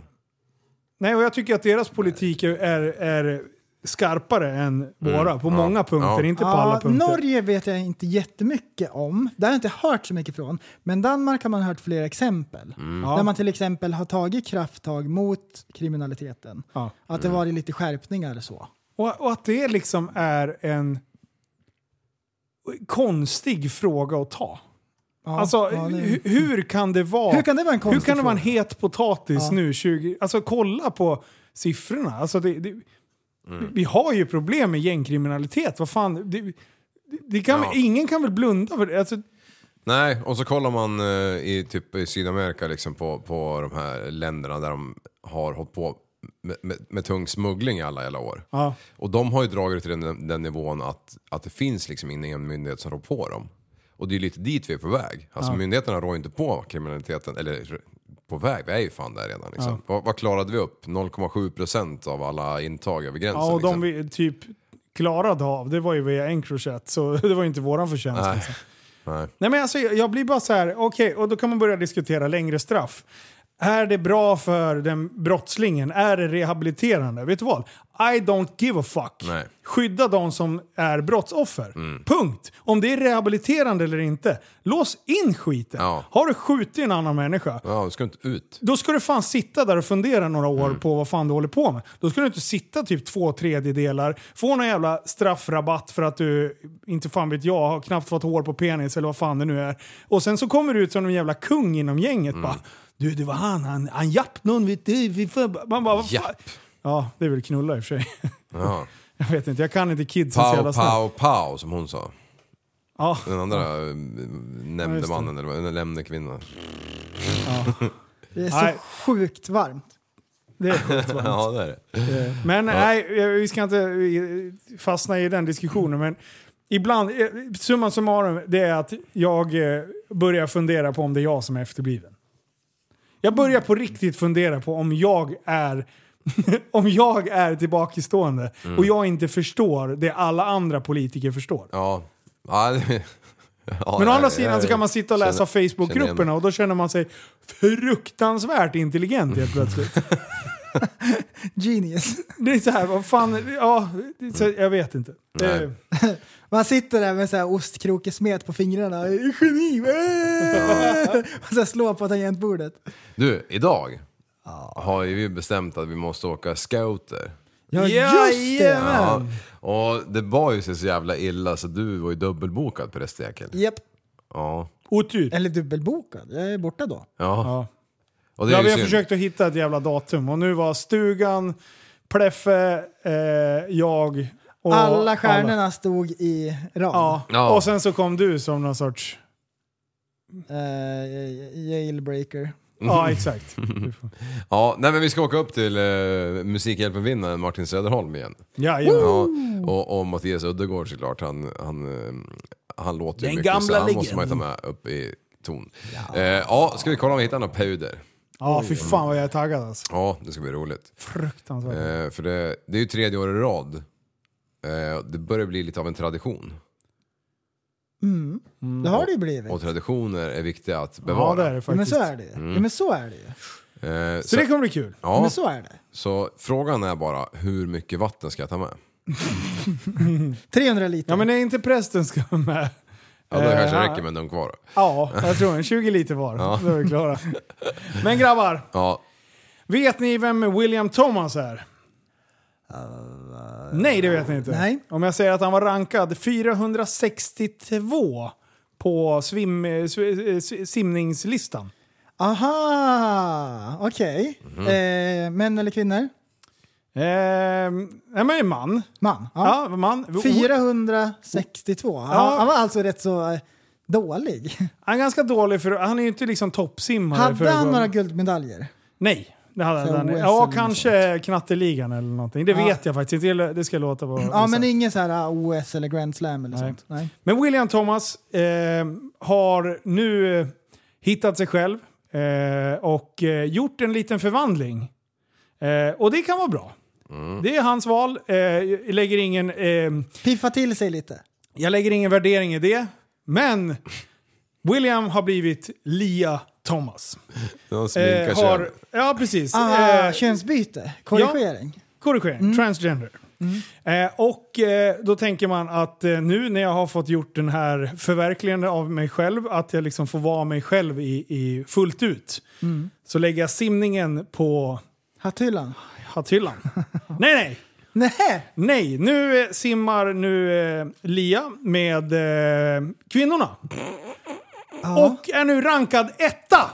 Nej, och jag tycker att deras politik är, är skarpare än våra. På Ja. många punkter, Ja. inte på alla punkter. Norge vet jag inte jättemycket om. Det har jag inte hört så mycket från. Men Danmark har man hört flera exempel. Ja. Där man till exempel har tagit krafttag mot kriminaliteten. Ja. Att det varit lite skärpningar och så. Och, och att det liksom är en konstig fråga att ta. Ja, Alltså, ja, det- hu- hur kan det vara... Hur kan det vara en Hur konstig kan det vara en fråga? het potatis Ja. nu? tjugo Alltså kolla på siffrorna. Alltså, det, det, Vi har ju problem med gängkriminalitet. Vad fan... Det, det, det kan, Ja. Ingen kan väl blunda för det. Alltså, Nej, och så kollar man eh, i, typ, i Sydamerika liksom, på, på de här länderna där de har hållit på med, med, med tung smuggling i alla jävla år. ja. Och de har ju dragit till den, den nivån att, att det finns liksom ingen myndighet som rår på dem. Och det är ju lite dit vi är på väg. Alltså Ja. myndigheterna rår inte på kriminaliteten, eller på väg, vi är ju fan där redan liksom. Vad, vad klarade vi upp? noll komma sju procent av alla intag över gränsen Ja, och de liksom. vi typ klarade av, det var ju via Encrochat, så det var ju inte våran förtjänst. Nej. Liksom. Nej. Nej, men alltså, jag jag blir bara så här, okej, och då kan man börja diskutera längre straff. Är det bra för den brottslingen? Är det rehabiliterande? Vet du vad? I don't give a fuck. Nej. Skydda de som är brottsoffer. Mm. Punkt. Om det är rehabiliterande eller inte. Lås in skiten. Ja. Har du skjutit en annan människa, Ja, du ska inte ut. då ska du fan sitta där och fundera några år Mm. på vad fan du håller på med. Då ska du inte sitta typ två tredjedelar, få någon jävla straffrabatt för att du, inte fan vet jag, har knappt fått hår på penis eller vad fan det nu är. Och sen så kommer du ut som en jävla kung inom gänget. Mm. Bara, du, det var han, han, han japp någon, vet du. Vi får, man bara, vad fan? Japp. Ja, det är väl knulla i och för sig. Ja. Jag vet inte, jag kan inte kidsen så Pow, jävla snabbt. pow, pow, som hon sa. Ja, Den andra eh, Ja, nämnde just det. mannen, eller nämnde kvinnan. Det är så Nej. sjukt varmt. Det är sjukt varmt. Ja, det är det. Men ja. nej, vi ska inte fastna i den diskussionen. Men ibland, summa summarum, det är att jag börjar fundera på om det är jag som är efterbliven. Jag börjar på riktigt fundera på om jag är om jag är tillbakastående mm. och jag inte förstår det alla andra politiker förstår. Ja. Ja, det, ja men å andra jag, sidan jag, så kan man sitta och läsa Facebookgrupperna och då känner man sig fruktansvärt intelligent helt plötsligt. Genius. Det är så här, vad fan, ja, så, jag vet inte. Nej. Man sitter där med så här ostkrokesmet på fingrarna. Geni! Och så slår på tangentbordet. Du, idag har ju vi bestämt att vi måste åka scouter. Ja, just det! Ja, och det var ju så jävla illa så du var ju dubbelbokad på det steken. Japp. Ja. Otur. Eller dubbelbokad. Jag är borta då. Ja. Ja. Och det ja, är vi ju har synd. försökt att hitta ett jävla datum och nu var stugan, Pleffe, eh, jag och alla stjärnorna alla. Stod i rad. Ja. Ja. Och sen så kom du som någon sorts uh, jailbreaker. Ja, exakt. Ja, nej men vi ska åka upp till uh, Musikhjälpen-vinnaren Martin Söderholm igen. Ja, ja. Och, och Mattias Uddegård såklart, han, han, uh, han låter ju den mycket gamla så han liggen. måste man ju ta med upp i ton. Ja, uh, ja ska vi kolla om vi hittar några puder? Ja, fy fan vad jag är taggad alltså. Ja, det ska bli roligt. Fruktansvärt. Uh, för det, det är ju tredje år i rad. Uh, det börjar bli lite av en tradition. Mm. Det har det ju blivit. Och traditioner är viktiga att bevara. Ja, det är det faktiskt. Men så är det ju. Mm. Men så är det ju. Eh, så, så det kommer bli kul. Ja, men så är det. Så frågan är bara, hur mycket vatten ska jag ta med? trehundra liter. Ja, men det är inte prästen ska med. Ja, det eh, kanske räcker med en dunk kvar. Ja, jag tror en tjugo liter var. Ja. Då är vi klara. Men grabbar, ja. vet ni vem William Thomas är? Uh, Nej, det vet ni inte. Nej. Om jag säger att han var rankad fyrahundrasextiotvå på svim, simningslistan. Aha, okej. Okay. Mm. Eh, män eller kvinnor? Eh, nej, men man. Man, ja. ja man. fyrahundrasextiotvå. Han, ja. han var alltså rätt så eh, dålig. Han är ganska dålig, för han är ju inte liksom toppsimmare. Hade för han några guldmedaljer? Nej. Det hade han. Ja, kanske knatteligan eller någonting. Det ja. vet jag faktiskt inte. Det ska låta på. Ja, men ingen så här O S eller Grand Slam eller Nej. sånt. Nej. Men William Thomas eh, har nu eh, hittat sig själv eh, och eh, gjort en liten förvandling. Eh, och det kan vara bra. Mm. Det är hans val. Eh, jag lägger ingen... Eh, Piffa till sig lite. Jag lägger ingen värdering i det. Men William har blivit Lia Thomas. De sminkar eh, har, Ja, precis. Ah, eh, könsbyte. Korrigering. Ja, korrigering. Mm. Transgender. Mm. Eh, och eh, då tänker man att eh, nu när jag har fått gjort den här förverkligande av mig själv, att jag liksom får vara mig själv i, i fullt ut, mm. så lägger jag simningen på hatthyllan. Hatthyllan. nej, nej. Nej. Nej, nu eh, simmar nu eh, Lia med eh, kvinnorna. Ja. Och är nu rankad etta.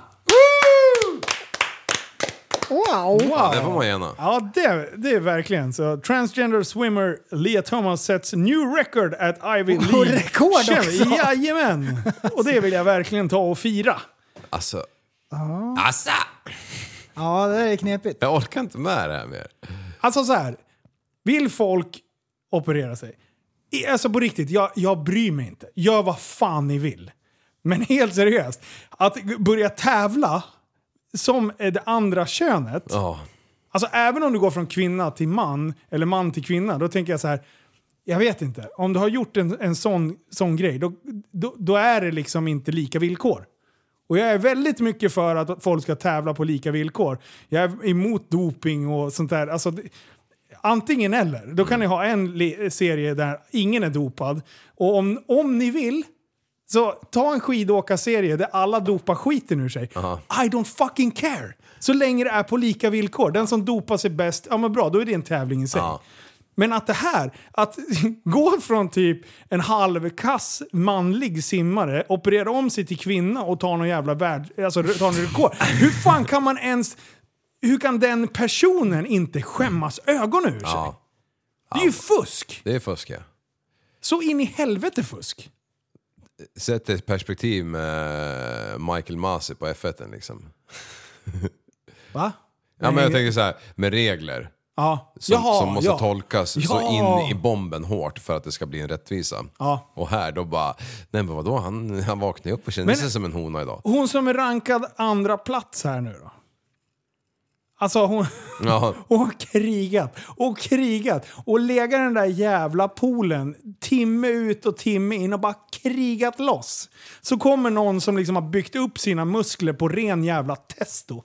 Wow. wow. Det får man gärna. Ja, det, det är verkligen så. Transgender swimmer Lia Thomas sets new record at Ivy League. Och rekord också. Jajamän. Och det vill jag verkligen ta och fira. Alltså. Ja. Alltså. Ja, det är knepigt. Jag orkar inte med det här mer. Alltså så här. Vill folk operera sig? Alltså på riktigt, jag, jag bryr mig inte. Gör vad fan ni vill. Men helt seriöst, att börja tävla som det andra könet. Oh. Alltså även om du går från kvinna till man, eller man till kvinna, då tänker jag så här, jag vet inte. Om du har gjort en, en sån, sån grej, då, då, då är det liksom inte lika villkor. Och jag är väldigt mycket för att folk ska tävla på lika villkor. Jag är emot doping och sånt där. Alltså, antingen eller. Då kan ni ha en le- serie där ingen är dopad. Och om, om ni vill, så ta en skidåkarserie där alla dopar skiten ur sig. Aha. I don't fucking care. Så länge det är på lika villkor. Den som dopar sig bäst, ja men bra, då är det en tävling i sig. Aha. Men att det här, att gå från typ en halvkass manlig simmare, operera om sig till kvinna och ta någon jävla värld, alltså ta en rekord. Hur fan kan man ens, hur kan den personen inte skämmas ögonen ur sig? Ja. Det är ju fusk. Det är fusk, ja. Så in i helvete fusk. Sätt ett perspektiv med Michael Masi på F ett liksom. Va? Ja, men jag tänker så här, med regler. Ja. Som, Jaha, som måste ja. tolkas Ja. så in i bomben hårt för att det ska bli en rättvisa. Ja. Och här då bara, nej men vadå, han, han vaknade upp och kände Men- sig som en hona idag. Hon som är rankad andra plats här nu då. Alltså hon, Ja. hon har krigat och krigat och legat i den där jävla poolen timme ut och timme in och bara krigat loss. Så kommer någon som liksom har byggt upp sina muskler på ren jävla testo.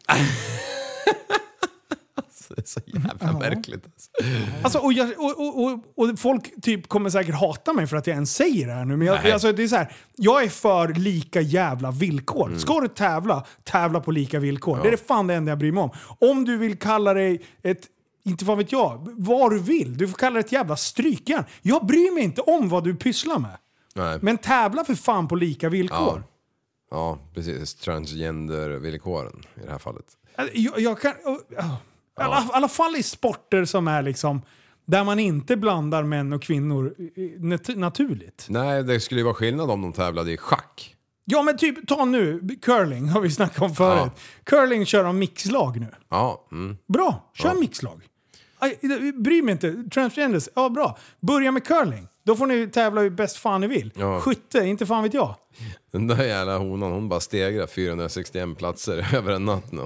Det är så jävla märkligt. Alltså, och, jag, och, och, och, och folk typ kommer säkert hata mig för att jag ens säger det här nu. Men jag, alltså, det är så här, jag är för lika jävla villkor. Mm. Ska du tävla, tävla på lika villkor. Ja. Det är det fan det enda jag bryr mig om. Om du vill kalla dig ett, inte vad vet jag, vad du vill. Du får kalla det ett jävla strykjärn. Jag bryr mig inte om vad du pysslar med. Nej. Men tävla för fan på lika villkor. Ja, ja precis. Transgender-villkoren i det här fallet. Jag, jag kan... Oh, oh. I alla, i alla fall i sporter som är liksom där man inte blandar män och kvinnor nat- naturligt. Nej, det skulle ju vara skillnad om de tävlade i schack. Ja, men typ, ta nu, curling har vi snackat om förut. Ja. Curling kör de mixlag nu. Ja. Mm. Bra, kör ja. mixlag. Aj, bry mig inte, transgenders, ja bra. Börja med curling. Då får ni tävla hur bäst fan ni vill. Ja. Skytte, inte fan vet jag. Den där jävla honan, hon bara stegrar fyrahundrasextioen platser över en natt nu.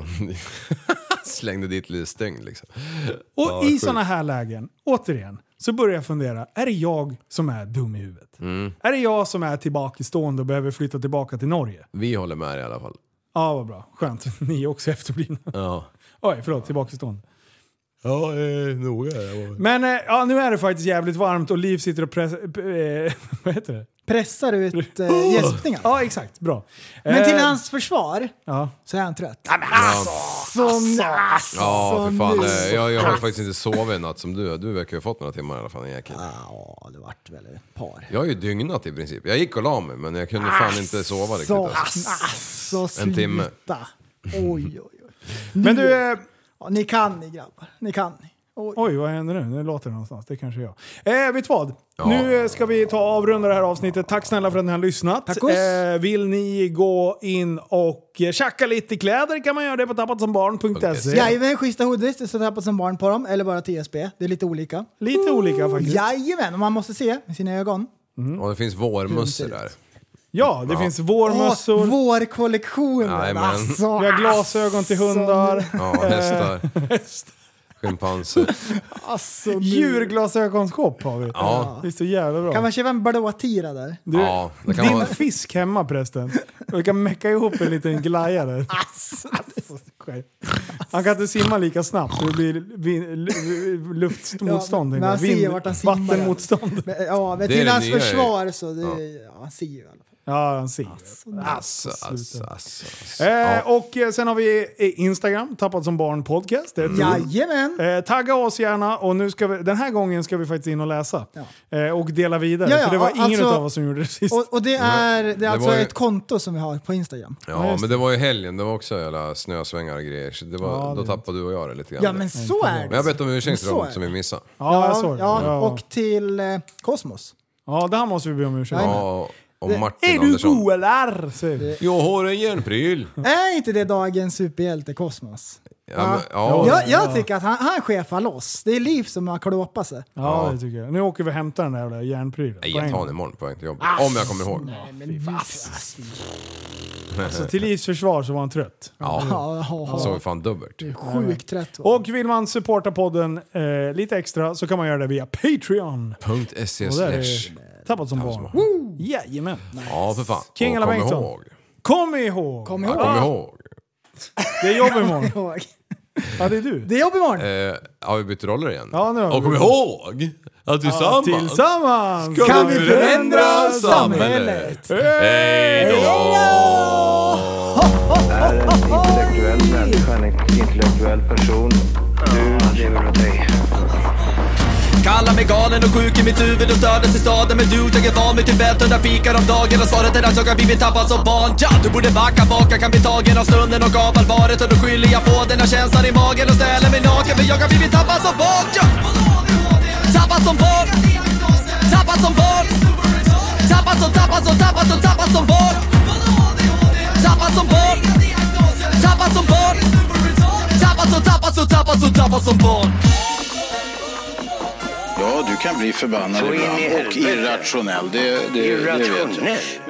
Slängde dit lite stäng liksom. Och ja, i såna här lägen, återigen, så börjar jag fundera, är det jag som är dum i huvudet? Mm. Är det jag som är tillbaka stående och behöver flytta tillbaka till Norge? Vi håller med i alla fall. Ja, vad bra. Skönt. Ni är också efterblivna. Ja. Oj, förlåt, tillbaka stående. Ja, eh, noga. Men eh, ja, nu är det faktiskt jävligt varmt och Liv sitter och press, eh, vad heter det? Pressar ut eh, gäspningar. Ja, exakt. Bra. Men till Eh, hans försvar ja. så är han trött. Ja, men alltså, Som, alltså, Ja, för fan. nu. eh, Jag, jag har faktiskt inte sovit en natt som du. Du verkar ju ha fått några timmar i alla fall. Jag, Ja, det vart väl ett par. jag har ju dygnat i princip. Jag gick och la mig, men jag kunde fan inte sova riktigt. Så, Alltså. alltså, sluta. En timme. Oj, oj, oj. Men du... Eh, Ja, ni kan ni grabbar. Ni kan ni. Oj. Oj, vad händer nu? Nu låter det någonstans. Det kanske jag. Eh, vet du vad? Ja. Nu eh, ska vi ta och avrunda det här avsnittet. Tack snälla för att ni har lyssnat. Tackos. Eh, vill ni gå in och eh, tjacka lite kläder kan man göra det på tappatsombarn punkt se. Jajamän, schyssta hoodies. Det står tappat som barn på dem. Eller bara T S B. Det är lite olika. Lite olika faktiskt. Jajamän, och man måste se med sina ögon. Mm. Och det finns vårmössor där. Ja, det Ja. finns vårmössor. Åh, vårkollektionen. Jajamän. Alltså, Vi har glasögon till hundar. Ja, hästar. Schimpanser. alltså, nu- Djurglasögonskåp har vi. Ja. Det är så jävla bra. Kan man köpa en blåtira där? Du, Ja, det kan din vara- fisk hemma prästen. Vi kan mecka ihop en liten glaja där. Alltså, Han kan inte simma lika snabbt så det blir vin, l- luftmotstånd. Ja, men han ser ju vart han simmar. Vattenmotstånd. Men, ja, men Det är till det hans nya, försvar så det, ja. Han ser ju i alla fall. Ja, han ser. Alltså, alltså, alltså. alltså. Eh, Ja. och eh, sen har vi eh, Instagram, Tappat som barn podcast. Det är ett ord. Jajamän! Eh, tagga oss gärna och nu ska vi, den här gången ska vi faktiskt in och läsa. Ja. Eh, och dela vidare. Ja, ja, för det var ingen alltså- av oss som gjorde det sist. Och, och det är, det är Det alltså var ju- ett konto som vi har på Instagram. Ja, men det var ju helgen, det var också jävla snösvängar och grejer. Så det var, Ja, då det- tappade du och jag det lite grann. Ja, men så är det. Men jag vet om ursäkt till Så är dem det. som vi missade. ja, jag såg det. ja, Ja. och till eh, Kosmos. ja, det här måste vi be om ursäkt. Ja, och Det- Martin Är du Andersson. god eller? säger vi. Jag har en järnpryl. Är inte det dagens superhjälte Kosmos? Ja, men, ja. Jag, jag tycker att han, han chefar loss. Det är Liv som har klåpat sig. Ja, Ja. det tycker jag. Nu åker vi och hämtar den där jävla järnprylen. Nej, På en jag tar gång. den imorgon på väg till jobbet. Om jag kommer ihåg. Så till Livs försvar så var han trött. Ja, Ja, han ja, såg fan dubbelt. ja. Sjukt rätt. Och vill man supporta podden eh, lite extra så kan man göra det via Patreon. Punkt se Och där är slash. Tappat som barn. Woo! Jajamän. Ja, för fan. King Och eller kom Bengtsson? ihåg. Kom ihåg! Kom Ja, ihåg. kom ihåg. Det är jobb imorgon. ihåg. Ja, det är du. Det är jobb imorgon. Eh, har vi bytt roller igen? Ja, nu har Och vi kom det. ihåg att tillsammans Tillsammans Kan vi förändra samhället? Hej då! Är en intellektuell människa en intellektuell person? Du lever åt dig. Kallar mig galen och sjuk i mitt huvud och stördes i staden. Men du, jag är van vid Tibet under fikar om dagen. Och svaret är att jag har blivit tappad som barn. Ja, du borde backa bak, jag kan bli tagen av stunden och av allvaret. Och då skyller jag på den här känslan i magen och ställer mig naken. För jag har blivit tappad som barn. Ja. Tappad som barn. Tappad som barn. Tappad som, tappad som, tappad som, tappad som barn. Tappad som barn. Tappad som barn. Tappad som, tappad som, tappad så tappad som barn. Ja, du kan bli förbannad ibland och irrationell, det, det, det vet jag.